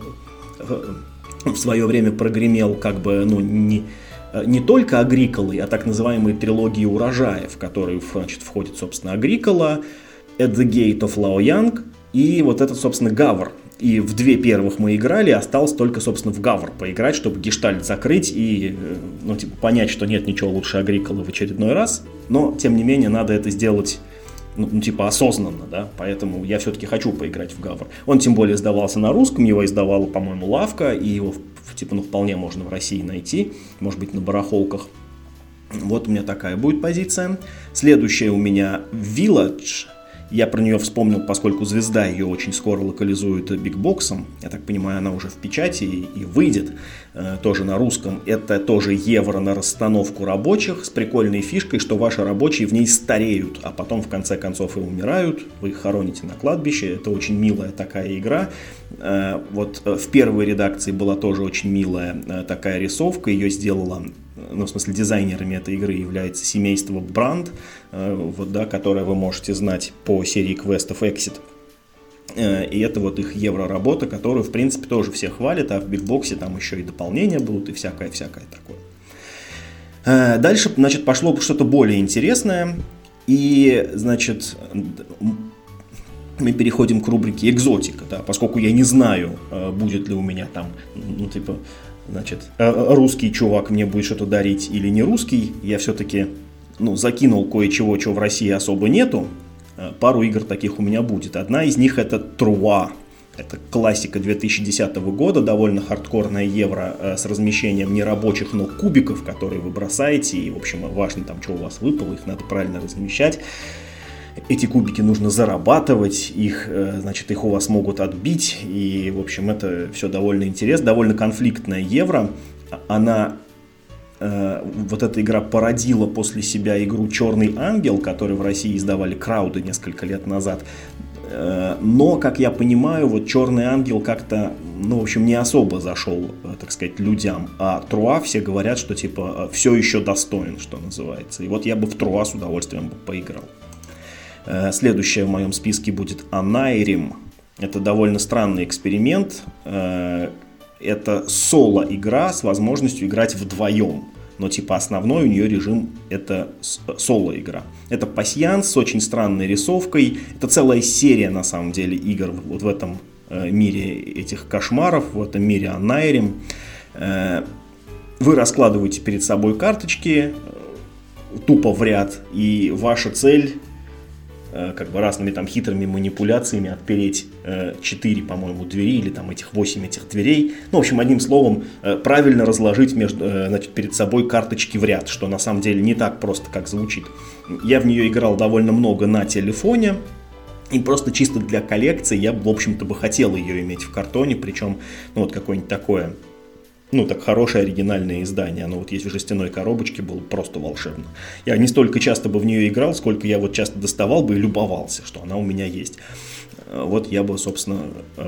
в свое время прогремел как бы, ну, не только Агриколой, а так называемой трилогии урожаев, в которой, значит, входит, собственно, Агрикола, At the Gate of Lao Yang и вот этот, собственно, Гавр. И в 2 первых мы играли, осталось только, собственно, в Гавр поиграть, чтобы гештальт закрыть и, ну, типа, понять, что нет ничего лучше Агриколы в очередной раз. Но, тем не менее, надо это сделать, ну, типа, осознанно, да, поэтому я все-таки хочу поиграть в Гавр. Он, тем более, издавался на русском, его издавала, по-моему, Лавка, и его, типа, ну, вполне можно в России найти, может быть, на барахолках. Вот у меня такая будет позиция. Следующая у меня Village. Я про нее вспомнил, поскольку «Звезда» ее очень скоро локализует бигбоксом. Я так понимаю, она уже в печати и выйдет тоже на русском. Это тоже евро на расстановку рабочих с прикольной фишкой, что ваши рабочие в ней стареют, а потом в конце концов и умирают. Вы их хороните на кладбище. Это очень милая такая игра. Вот в первой редакции была тоже очень милая такая рисовка. Ее сделала, ну, в смысле, дизайнерами этой игры является семейство Бранд, вот, да, которое вы можете знать по серии квестов Exit. И это вот их евро-работа, которую, в принципе, тоже все хвалят, а в бигбоксе там еще и дополнения будут и всякое-всякое такое. Дальше, значит, пошло что-то более интересное. И, значит, мы переходим к рубрике «Экзотика», да, поскольку я не знаю, будет ли у меня там, русский чувак мне будет что-то дарить или не русский, я все-таки, закинул кое-чего, чего в России особо нету. Пару игр таких у меня будет. Одна из них это Труа. Это классика 2010 года, довольно хардкорная евро с размещением нерабочих, но кубиков, которые вы бросаете, и, в общем, важно там, что у вас выпало, их надо правильно размещать. Эти кубики нужно зарабатывать, их у вас могут отбить, и, в общем, это все довольно интересно, довольно конфликтная евро. Вот эта игра породила после себя игру «Черный ангел», которую в России издавали Крауды несколько лет назад. Но, как я понимаю, вот «Черный ангел» как-то, не особо зашел, так сказать, людям. А Труа все говорят, что типа все еще достоин, что называется. И вот я бы в Труа с удовольствием поиграл. Следующее в моем списке будет Анайрим. Это довольно странный эксперимент. Это соло-игра с возможностью играть вдвоем. Но типа основной у нее режим это соло-игра. Это пасьянс с очень странной рисовкой. Это целая серия на самом деле игр вот в этом мире этих кошмаров, в этом мире Анайрим. Вы раскладываете перед собой карточки тупо в ряд, и ваша цель разными там хитрыми манипуляциями отпереть 4, по-моему, двери или там 8 этих дверей. В общем, одним словом, правильно разложить перед собой карточки в ряд, что на самом деле не так просто, как звучит. Я в нее играл довольно много на телефоне, и просто чисто для коллекции я, в общем-то, бы хотел ее иметь в картоне, причем, какое-нибудь такое, так хорошее оригинальное издание. Оно вот есть в жестяной коробочке, было просто волшебно. Я не столько часто бы в нее играл, сколько я вот часто доставал бы и любовался, что она у меня есть. Вот я бы, собственно,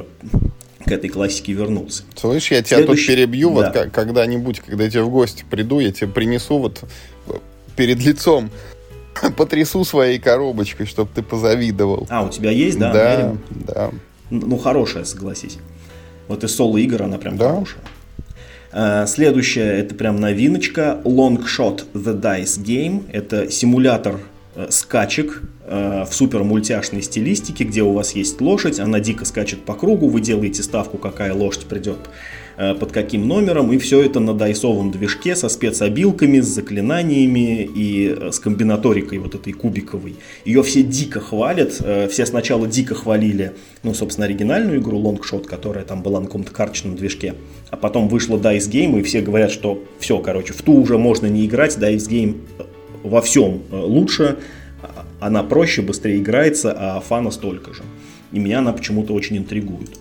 к этой классике вернулся. Слышь, я тебя тут перебью, да. Вот когда-нибудь, когда я тебе в гости приду, я тебе принесу вот перед лицом, потрясу своей коробочкой, чтобы ты позавидовал. А, у тебя есть, да? Да, да. Хорошая, согласись. Вот из соло-игр она прям хорошая. Следующая, это прям новиночка, Longshot The Dice Game. Это симулятор скачек в супер мультяшной стилистике, где у вас есть лошадь, она дико скачет по кругу, вы делаете ставку, какая лошадь придет под каким номером, и все это на дайсовом движке со спецобилками, с заклинаниями и с комбинаторикой вот этой кубиковой. Ее все дико хвалят, все сначала дико хвалили, собственно, оригинальную игру Longshot, которая там была на каком-то карточном движке, а потом вышла Dice Game, и все говорят, что все, в ту уже можно не играть, Dice Game во всем лучше, она проще, быстрее играется, а фана столько же. И меня она почему-то очень интригует.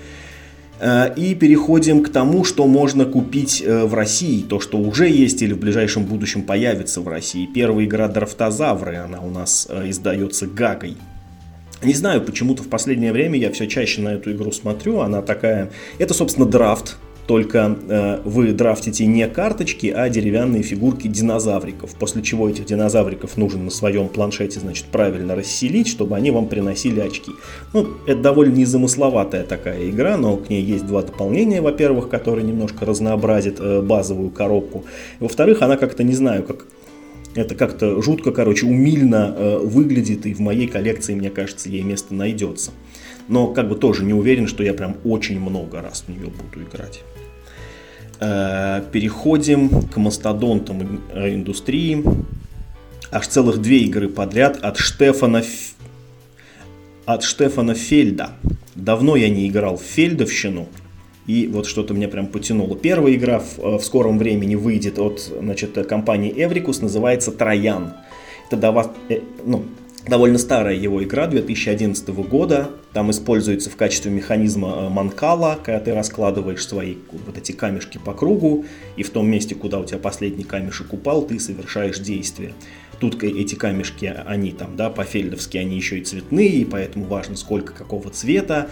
И переходим к тому, что можно купить в России, то, что уже есть или в ближайшем будущем появится в России. Первая игра «Драфтозавры», она у нас издается Гагой. Не знаю, почему-то в последнее время я все чаще на эту игру смотрю, она такая... Это, собственно, драфт, только вы драфтите не карточки, а деревянные фигурки динозавриков, после чего этих динозавриков нужно на своем планшете, правильно расселить, чтобы они вам приносили очки. Это довольно незамысловатая такая игра, но к ней есть два дополнения, во-первых, которые немножко разнообразят базовую коробку. Во-вторых, она как-то, не знаю, это как-то жутко, умильно выглядит, и в моей коллекции, мне кажется, ей место найдется. Но тоже не уверен, что я прям очень много раз в нее буду играть. Переходим к мастодонтам индустрии. Аж целых 2 игры подряд от Штефана Фельда. Давно я не играл в фельдовщину, и вот что-то меня прям потянуло. Первая игра в скором времени выйдет от компании Эврикус, называется «Троян». Это довольно старая его игра 2011 года. Там используется в качестве механизма манкала, когда ты раскладываешь свои вот эти камешки по кругу, и в том месте, куда у тебя последний камешек упал, ты совершаешь действие. Тут эти камешки, они там, по-фельдовски, они еще и цветные, и поэтому важно, сколько какого цвета.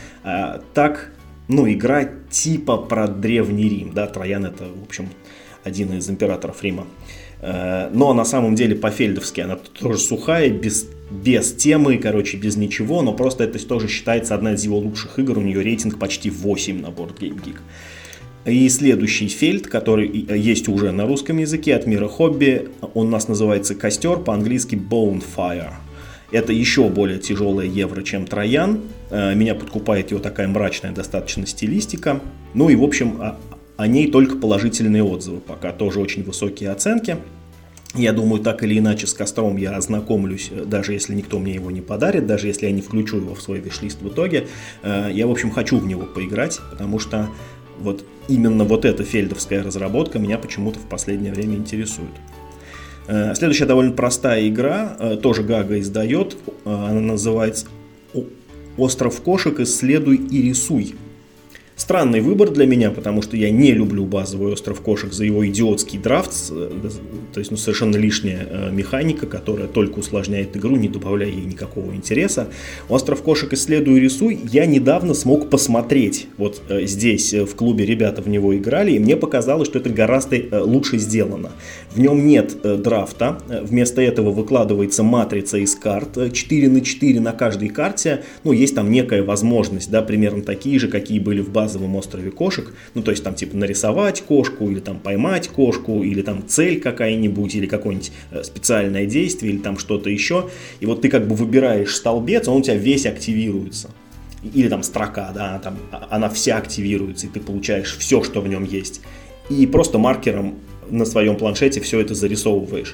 Игра типа про Древний Рим, Троян — это, в общем, один из императоров Рима. Но на самом деле по-фельдовски она тоже сухая, без темы, без ничего, но просто это тоже считается одна из его лучших игр, у нее рейтинг почти 8 на Board Game Geek. И следующий фельд, который есть уже на русском языке от Мира Хобби, он у нас называется «Костер», по-английски «Bonefire». Это еще более тяжелая евро, чем Троян. Меня подкупает его такая мрачная достаточно стилистика. Ну и, в общем, о ней только положительные отзывы. Пока тоже очень высокие оценки. Я думаю, так или иначе с Костром я ознакомлюсь, даже если никто мне его не подарит, даже если я не включу его в свой виш-лист в итоге. Я, в общем, хочу в него поиграть, потому что вот именно вот эта фельдовская разработка меня почему-то в последнее время интересует. Следующая довольно простая игра, тоже Гага издает, она называется «Остров кошек. Исследуй и рисуй». Странный выбор для меня, потому что я не люблю базовый «Остров кошек» за его идиотский драфт, то есть совершенно лишняя механика, которая только усложняет игру, не добавляя ей никакого интереса. «Остров кошек. Исследуй и рисуй» я недавно смог посмотреть. Вот здесь в клубе ребята в него играли, и мне показалось, что это гораздо лучше сделано. В нем нет драфта, вместо этого выкладывается матрица из карт, 4×4 на каждой карте, ну, есть там некая возможность, да, примерно такие же, какие были в базовом «Острове кошек», ну, то есть там типа нарисовать кошку, или там поймать кошку, или там цель какая-нибудь, или какое-нибудь специальное действие, или там что-то еще, и вот ты как бы выбираешь столбец, он у тебя весь активируется. Или там строка, да, там, она вся активируется, и ты получаешь все, что в нем есть. И просто маркером на своем планшете все это зарисовываешь.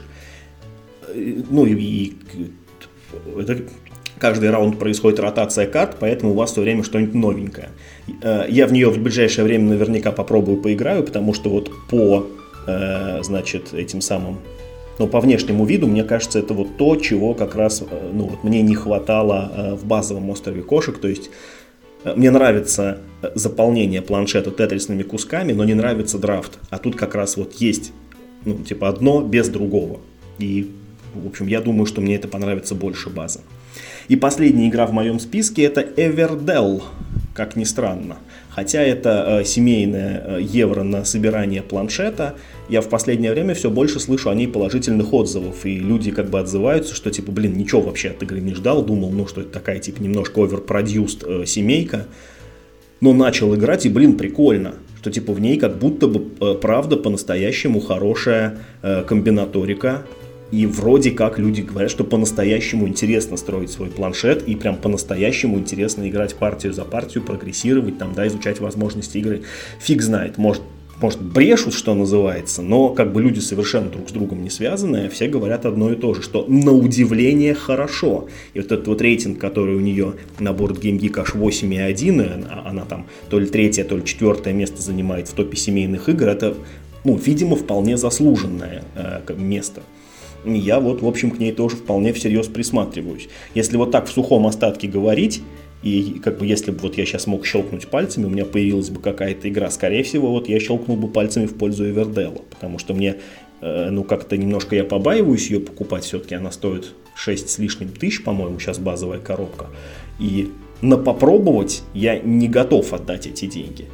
Ну и это, каждый раунд происходит ротация карт, поэтому у вас все время что-нибудь новенькое. Я в нее в ближайшее время наверняка попробую поиграю, потому что вот по, значит, этим самым, ну, по внешнему виду, мне кажется, это вот то, чего как раз, ну, вот мне не хватало в базовом «Острове кошек», то есть мне нравится заполнение планшета тетрисными кусками, но не нравится драфт. А тут как раз вот есть, ну, типа одно без другого. И, в общем, я думаю, что мне это понравится больше базы. И последняя игра в моем списке — это Everdell, как ни странно. Хотя это семейное евро на собирание планшета, я в последнее время все больше слышу о ней положительных отзывов. И люди как бы отзываются, что типа, блин, ничего вообще от игры не ждал. Думал, ну, что это такая типа немножко overproduced семейка. Но начал играть, и, блин, прикольно. Что типа в ней как будто бы правда по-настоящему хорошая комбинаторика. И вроде как люди говорят, что по-настоящему интересно строить свой планшет, и прям по-настоящему интересно играть партию за партию, прогрессировать, там, да, изучать возможности игры. Фиг знает, может брешут, что называется, но как бы люди совершенно друг с другом не связаны, все говорят одно и то же, что на удивление хорошо. И вот этот вот рейтинг, который у нее на Board Game Geek аж 8,1, она там то ли 3-е, то ли 4-е место занимает в топе семейных игр, это, ну, видимо, вполне заслуженное место. Я вот, в общем, к ней тоже вполне всерьез присматриваюсь. Если вот так в сухом остатке говорить, и как бы если бы вот я сейчас мог щелкнуть пальцами, у меня появилась бы какая-то игра, скорее всего, вот я щелкнул бы пальцами в пользу Everdell, потому что мне, ну, как-то немножко я побаиваюсь ее покупать, все-таки она стоит 6 с лишним тысяч, по-моему, сейчас базовая коробка, и на попробовать я не готов отдать эти деньги.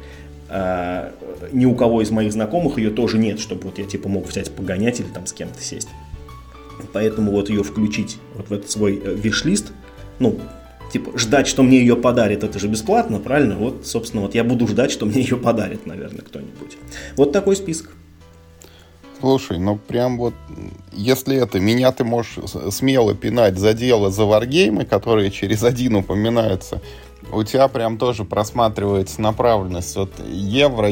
Ни у кого из моих знакомых ее тоже нет, чтобы вот я типа мог взять погонять или там с кем-то сесть. Поэтому вот ее включить вот в этот свой виш-лист, ну, типа, ждать, что мне ее подарит, это же бесплатно, правильно? Вот, собственно, вот я буду ждать, что мне ее подарит, наверное, кто-нибудь. Вот такой список. Слушай, ну прям вот, если это, меня ты можешь смело пинать за дело за варгеймы, которые через один упоминаются, у тебя прям тоже просматривается направленность от евро,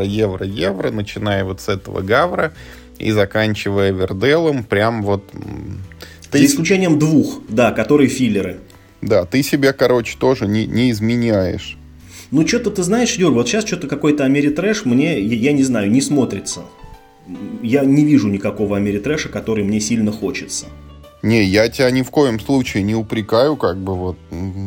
начиная вот с этого гавра и заканчивая Эверделлом, прям вот... За исключением двух, да, которые филлеры. Да, ты себя, короче, тоже не изменяешь. Ну, что-то ты знаешь, Юр, вот сейчас что-то какой-то Америтрэш мне, я не знаю, не смотрится. Я не вижу никакого Америтрэша, который мне сильно хочется. Не, я тебя ни в коем случае не упрекаю, как бы вот...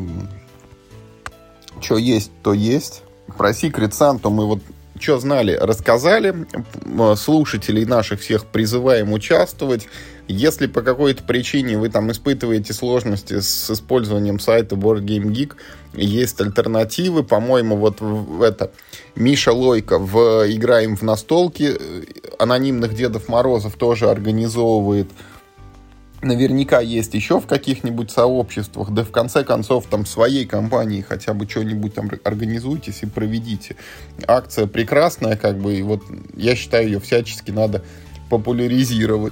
Что есть, то есть. Про Secret Santa мы вот что знали, рассказали. Слушателей наших всех призываем участвовать. Если по какой-то причине вы там испытываете сложности с использованием сайта Board Game Geek, есть альтернативы. По-моему, вот это Миша Лойко в «Играем в настолки» анонимных Дедов Морозов тоже организовывает. Наверняка есть еще в каких-нибудь сообществах, да в конце концов там в своей компании хотя бы что-нибудь там организуйтесь и проведите. Акция прекрасная, как бы, и вот я считаю, ее всячески надо популяризировать.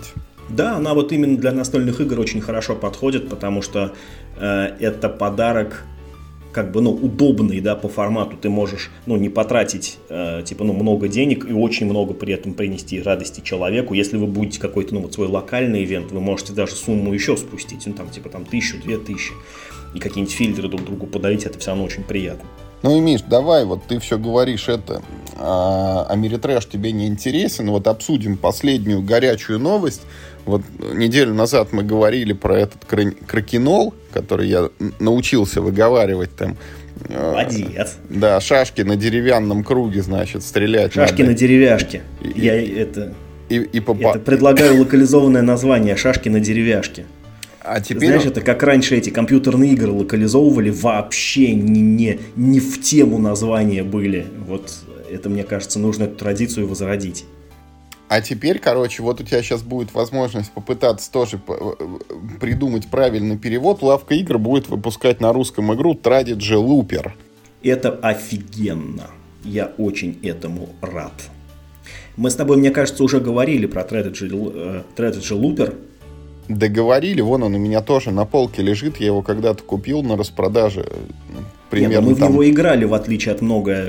Да, она вот именно для настольных игр очень хорошо подходит, потому что это подарок как бы, удобный, да, по формату. Ты можешь, не потратить, много денег и очень много при этом принести радости человеку. Если вы будете какой-то, свой локальный ивент, вы можете даже сумму еще спустить, 1000, 2000, и какие-нибудь фильтры друг другу подарить, это все равно очень приятно. Ну и, Миш, давай, вот ты все говоришь Америтрэш тебе не интересен, вот обсудим последнюю горячую новость. Вот неделю назад мы говорили про этот кракенол, который я научился выговаривать там. Молодец. Да, шашки на деревянном круге, значит, стрелять шашки надо. На деревяшке. Это предлагаю локализованное название «Шашки на деревяшке». А теперь... Знаешь, это как раньше эти компьютерные игры локализовывали, вообще не в тему названия были. Вот это, мне кажется, нужно эту традицию возродить. А теперь, вот у тебя сейчас будет возможность попытаться тоже придумать правильный перевод. Лавка игр будет выпускать на русском игру Strategy Looper. Это офигенно. Я очень этому рад. Мы с тобой, мне кажется, уже говорили про Strategy Looper. Договорили, вон он у меня тоже на полке лежит. Я его когда-то купил на распродаже. Примерно мы в него играли, в отличие от многого.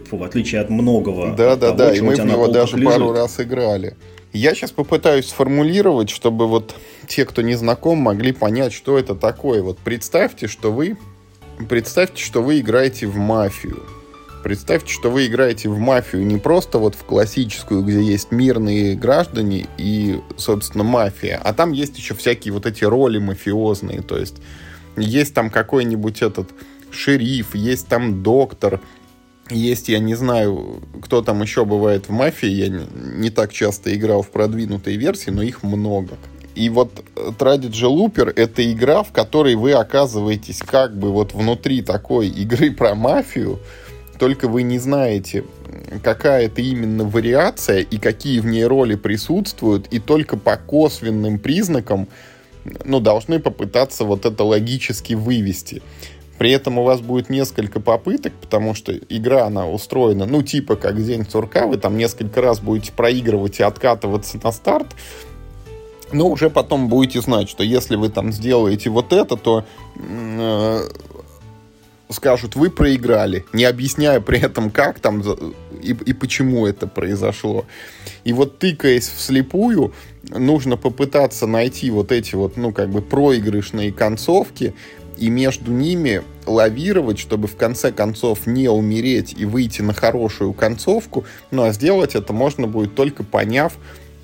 Да, и мы в него даже пару раз играли. Я сейчас попытаюсь сформулировать, чтобы вот те, кто не знаком, могли понять, что это такое. Вот представьте, что вы играете в мафию. Представьте, что вы играете в мафию не просто вот в классическую, где есть мирные граждане и, собственно, мафия, а там есть еще всякие вот эти роли мафиозные. То есть там какой-нибудь этот шериф, есть там доктор, есть, я не знаю, кто там еще бывает в мафии, я не так часто играл в продвинутые версии, но их много. И вот Strategy Looper — это игра, в которой вы оказываетесь как бы вот внутри такой игры про мафию, только вы не знаете, какая это именно вариация и какие в ней роли присутствуют, и только по косвенным признакам должны попытаться вот это логически вывести. При этом у вас будет несколько попыток, потому что игра, она устроена, типа как День сурка, вы там несколько раз будете проигрывать и откатываться на старт, но уже потом будете знать, что если вы там сделаете вот это, то скажут, вы проиграли, не объясняя при этом, как там и почему это произошло. И вот, тыкаясь вслепую, нужно попытаться найти вот эти вот, проигрышные концовки, и между ними лавировать, чтобы в конце концов не умереть и выйти на хорошую концовку. А сделать это можно будет только поняв,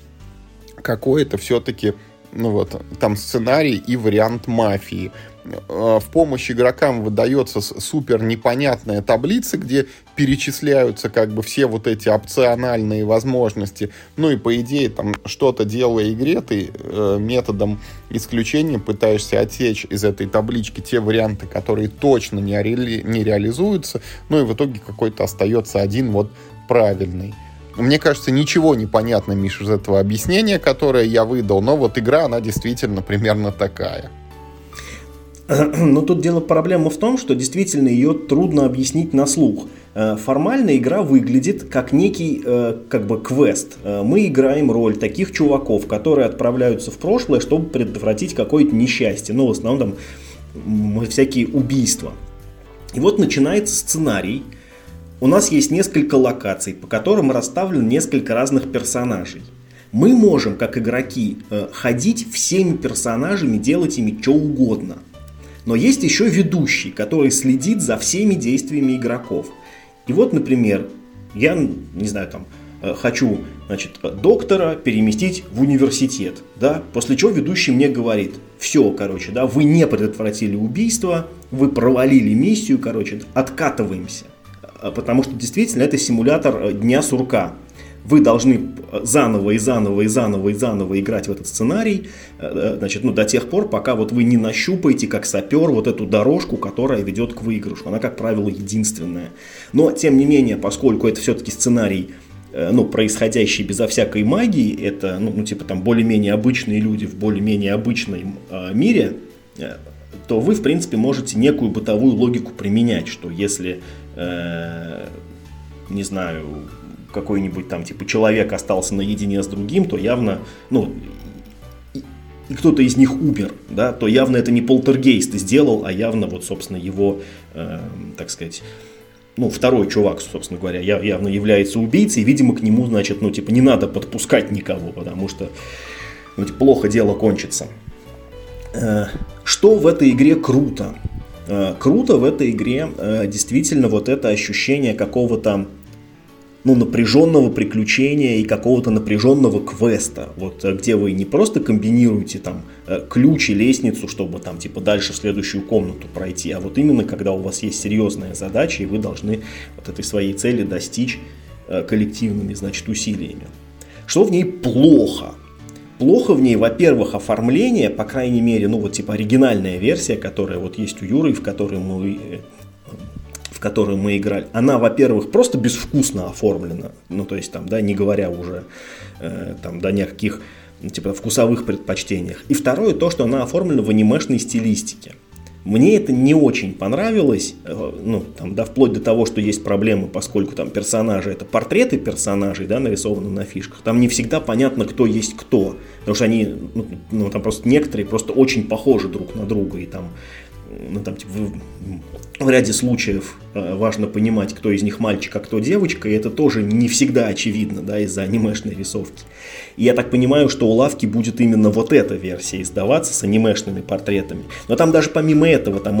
какой это все-таки там сценарий и вариант мафии. В помощь игрокам выдается супер непонятная таблица, где перечисляются как бы все вот эти опциональные возможности. И по идее там что-то делая игре, ты методом исключения пытаешься отсечь из этой таблички те варианты, которые точно не реализуются. И в итоге какой-то остается один вот правильный. Мне кажется, ничего не понятно, Миша, из этого объяснения, которое я выдал, но вот игра, она действительно примерно такая. Но тут проблема в том, что действительно ее трудно объяснить на слух. Формально игра выглядит как некий квест. Мы играем роль таких чуваков, которые отправляются в прошлое, чтобы предотвратить какое-то несчастье. В основном там всякие убийства. И вот начинается сценарий. У нас есть несколько локаций, по которым расставлено несколько разных персонажей. Мы можем, как игроки, ходить всеми персонажами, делать ими что угодно. Но есть еще ведущий, который следит за всеми действиями игроков. И вот, например, я, не знаю, хочу, доктора переместить в университет, да, после чего ведущий мне говорит: все, вы не предотвратили убийство, вы провалили миссию, откатываемся. Потому что действительно это симулятор Дня сурка. Вы должны заново играть в этот сценарий, до тех пор, пока вы не нащупаете, как сапер, вот эту дорожку, которая ведет к выигрышу. Она, как правило, единственная. Но, тем не менее, поскольку это все-таки сценарий, происходящий безо всякой магии, это, более-менее обычные люди в более-менее обычном мире, то вы, в принципе, можете некую бытовую логику применять, что если, не знаю, какой-нибудь человек остался наедине с другим, то явно, и кто-то из них умер, да, то явно это не полтергейст сделал, а явно вот, собственно, его, так сказать, ну, второй чувак, собственно говоря, явно является убийцей, и, видимо, к нему, значит, ну, типа, не надо подпускать никого, потому что, ну, типа, плохо дело кончится. Что в этой игре круто? Круто в этой игре действительно вот это ощущение какого-то, ну, напряженного приключения и какого-то напряженного квеста, вот, где вы не просто комбинируете там ключ и лестницу, чтобы там типа дальше в следующую комнату пройти, а вот именно когда у вас есть серьезная задача, и вы должны вот этой своей цели достичь коллективными, значит, усилиями. Что в ней плохо? Плохо в ней, во-первых, оформление, по крайней мере, ну вот типа оригинальная версия, которая вот есть у Юры, в которой мы играли, она, во-первых, просто безвкусно оформлена, ну, то есть, там, да, не говоря уже, там, да, ни о каких, типа, вкусовых предпочтениях. И второе, то, что она оформлена в анимешной стилистике. Мне это не очень понравилось, ну, там, да, вплоть до того, что есть проблемы, поскольку там персонажи, это портреты персонажей, да, нарисованы на фишках, там не всегда понятно, кто есть кто, потому что они, ну, там просто некоторые просто очень похожи друг на друга, и там, ну, там, типа, в ряде случаев важно понимать, кто из них мальчик, а кто девочка, и это тоже не всегда очевидно, да, из-за анимешной рисовки. И я так понимаю, что у Лавки будет именно вот эта версия издаваться с анимешными портретами. Но там даже помимо этого там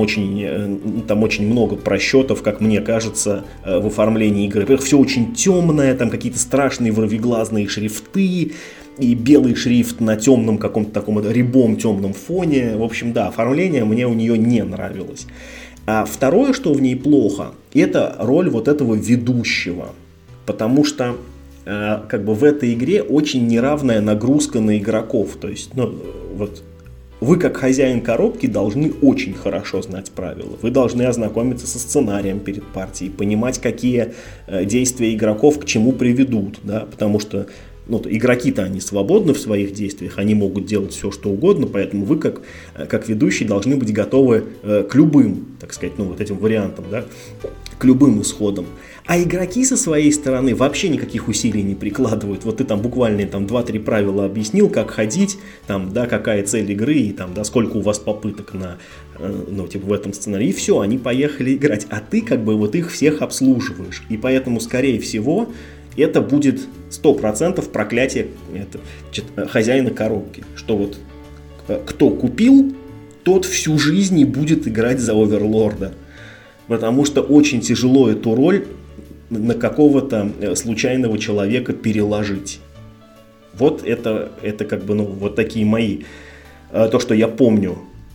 очень много просчетов, как мне кажется, в оформлении игры. Во-первых, все очень темное, там какие-то страшные вровеглазные шрифты, и белый шрифт на темном каком-то таком рябом темном фоне. В общем, да, оформление мне у нее не нравилось. А второе, что в ней плохо, это роль вот этого ведущего. Потому что как бы в этой игре очень неравная нагрузка на игроков. То есть, ну, вот вы как хозяин коробки должны очень хорошо знать правила. Вы должны ознакомиться со сценарием перед партией, понимать, какие действия игроков к чему приведут, да, потому что ну, игроки-то они свободны в своих действиях, они могут делать все, что угодно, поэтому вы, как ведущий, должны быть готовы к любым, так сказать, ну, вот этим вариантам, да, к любым исходам. А игроки со своей стороны вообще никаких усилий не прикладывают. Вот ты там буквально там 2-3 правила объяснил, как ходить, там, да, какая цель игры, и там, да, сколько у вас попыток на, ну, типа в этом сценарии, и все, они поехали играть. А ты как бы вот их всех обслуживаешь. И поэтому, скорее всего, это будет 100% проклятие хозяина коробки. Что вот кто купил, тот всю жизнь и будет играть за Оверлорда. Потому что очень тяжело эту роль на какого-то случайного человека переложить. Вот это как бы, ну, вот такие мои, то, что я помню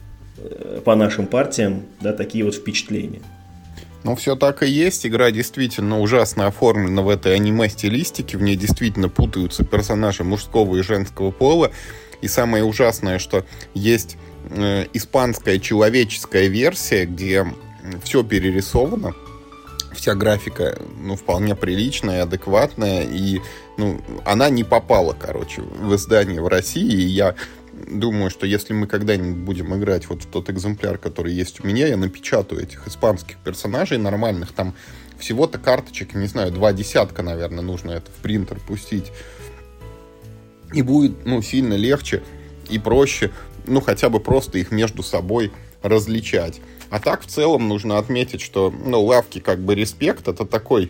по нашим партиям, да, такие вот впечатления. Ну, все так и есть. Игра действительно ужасно оформлена в этой аниме-стилистике. В ней действительно путаются персонажи мужского и женского пола. И самое ужасное, что есть испанская человеческая версия, где все перерисовано. Вся графика, ну, вполне приличная, адекватная. И, ну, она не попала, короче, в издание в России. И я думаю, что если мы когда-нибудь будем играть вот в тот экземпляр, который есть у меня, я напечатаю этих испанских персонажей нормальных. Там всего-то карточек, не знаю, 20, наверное, нужно это в принтер пустить. И будет, ну, сильно легче и проще, ну, хотя бы просто их между собой различать. А так, в целом, нужно отметить, что, ну, Лавки, как бы, респект, это такой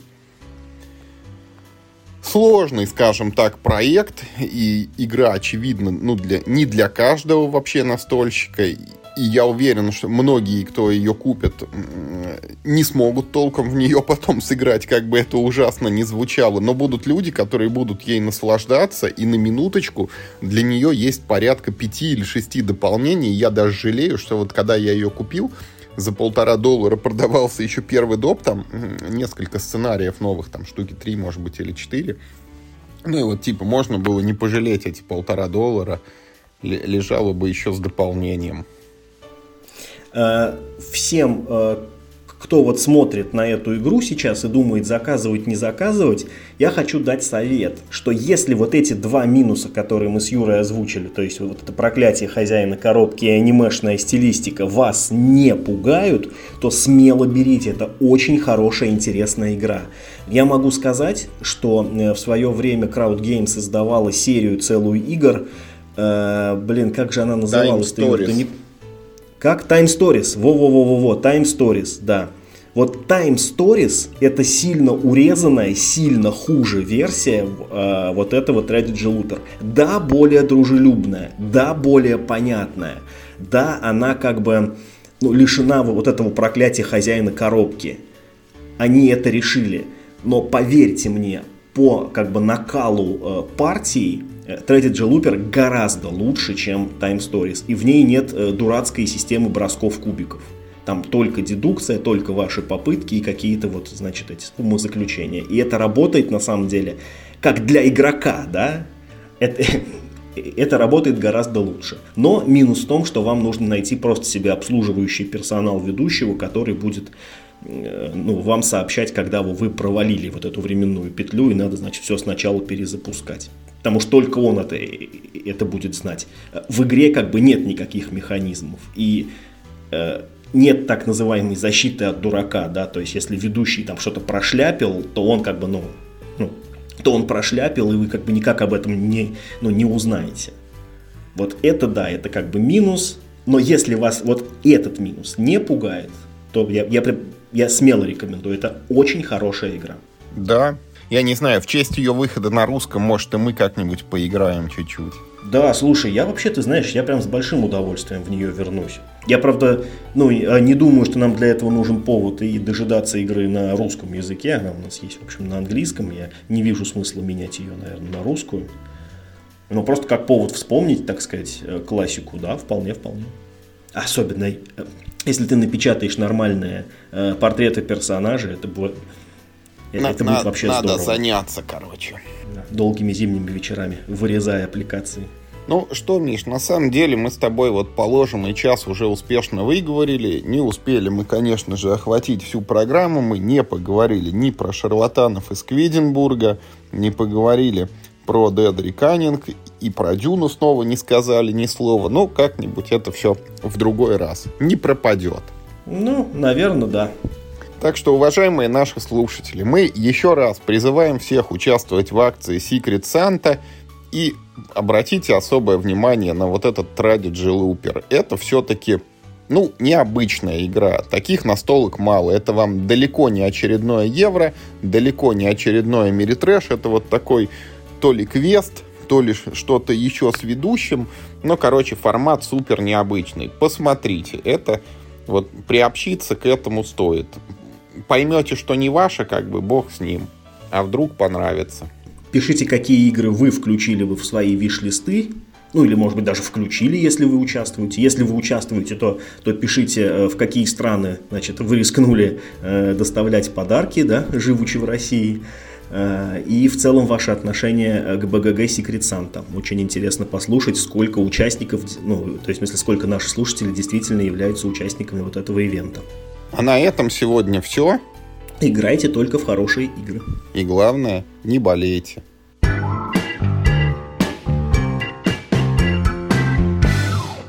сложный, скажем так, проект, и игра, очевидно, ну, не для каждого вообще настольщика, и я уверен, что многие, кто ее купят, не смогут толком в нее потом сыграть, как бы это ужасно ни звучало, но будут люди, которые будут ей наслаждаться, и на минуточку для нее есть порядка 5 или 6 дополнений, я даже жалею, что вот когда я ее купил, за $1,5 продавался еще первый доп, там несколько сценариев новых, там штуки 3, может быть, или 4. Ну и вот типа можно было не пожалеть эти $1,5, лежало бы еще с дополнением. Всем, кто вот смотрит на эту игру сейчас и думает, заказывать, не заказывать, я хочу дать совет, что если вот эти 2 минуса, которые мы с Юрой озвучили, то есть вот это проклятие хозяина коробки и анимешная стилистика вас не пугают, то смело берите, это очень хорошая, интересная игра. Я могу сказать, что в свое время Crowd Games издавала серию целую игр Как же она называлась? Time Stories. Как? Time Stories. Во-во-во-во-во. Time Stories, да. Вот Time Stories — это сильно урезанная, сильно хуже версия вот этого Strategy Looper. Да, более дружелюбная, да, более понятная, да, она как бы лишена вот этого проклятия хозяина коробки. Они это решили. Но поверьте мне, по как бы накалу партий Strategy Looper гораздо лучше, чем Time Stories. И в ней нет дурацкой системы бросков кубиков. Там только дедукция, только ваши попытки и какие-то вот, значит, эти умозаключения. И это работает на самом деле как для игрока, да? Это работает гораздо лучше. Но минус в том, что вам нужно найти просто себе обслуживающий персонал ведущего, который будет вам сообщать, когда вы провалили вот эту временную петлю, и надо, значит, все сначала перезапускать. Потому что только он это будет знать. В игре как бы нет никаких механизмов. И нет так называемой защиты от дурака, да, то есть если ведущий там что-то прошляпил, то он как бы, то он прошляпил, и вы как бы никак об этом не узнаете. Вот это да, это как бы минус, но если вас вот этот минус не пугает, то я смело рекомендую, это очень хорошая игра. Да, я не знаю, в честь ее выхода на русском, может, и мы как-нибудь поиграем чуть-чуть. Да, слушай, я вообще, ты знаешь, я прям с большим удовольствием в нее вернусь. Я, правда, не думаю, что нам для этого нужен повод и дожидаться игры на русском языке. Она у нас есть, в общем, на английском. Я не вижу смысла менять ее, наверное, на русскую. Но просто как повод вспомнить, так сказать, классику, да, вполне. Особенно, если ты напечатаешь нормальные портреты персонажей, это будет вообще здорово. Надо заняться, короче. Долгими зимними вечерами, вырезая аппликации. Ну что, Миш, на самом деле мы с тобой вот положенный час уже успешно выговорили. Не успели мы, конечно же, охватить всю программу. Мы не поговорили ни про шарлатанов из Квиденбурга, не поговорили про Dead Reckoning и про Дюну снова не сказали ни слова. Но как-нибудь это все в другой раз не пропадет. Наверное, да. Так что, уважаемые наши слушатели, мы еще раз призываем всех участвовать в акции Secret Santa и обратите особое внимание на вот этот Strategy Looper. Это все-таки, необычная игра. Таких настолок мало. Это вам далеко не очередное евро, далеко не очередное Ameritrash. Это вот такой то ли квест, то ли что-то еще с ведущим. Формат супер необычный. Посмотрите, это вот приобщиться к этому стоит. Поймете, что не ваше, бог с ним. А вдруг понравится. Пишите, какие игры вы включили бы в свои виш-листы. Или, может быть, даже включили, если вы участвуете. Если вы участвуете, то пишите, в какие страны, значит, вы рискнули доставлять подарки, да, живучи в России. И в целом ваше отношение к БГГ Secret Santa. Очень интересно послушать, сколько участников, то есть, в смысле, сколько наших слушателей действительно являются участниками вот этого ивента. А на этом сегодня все. Играйте только в хорошие игры. И главное, не болейте.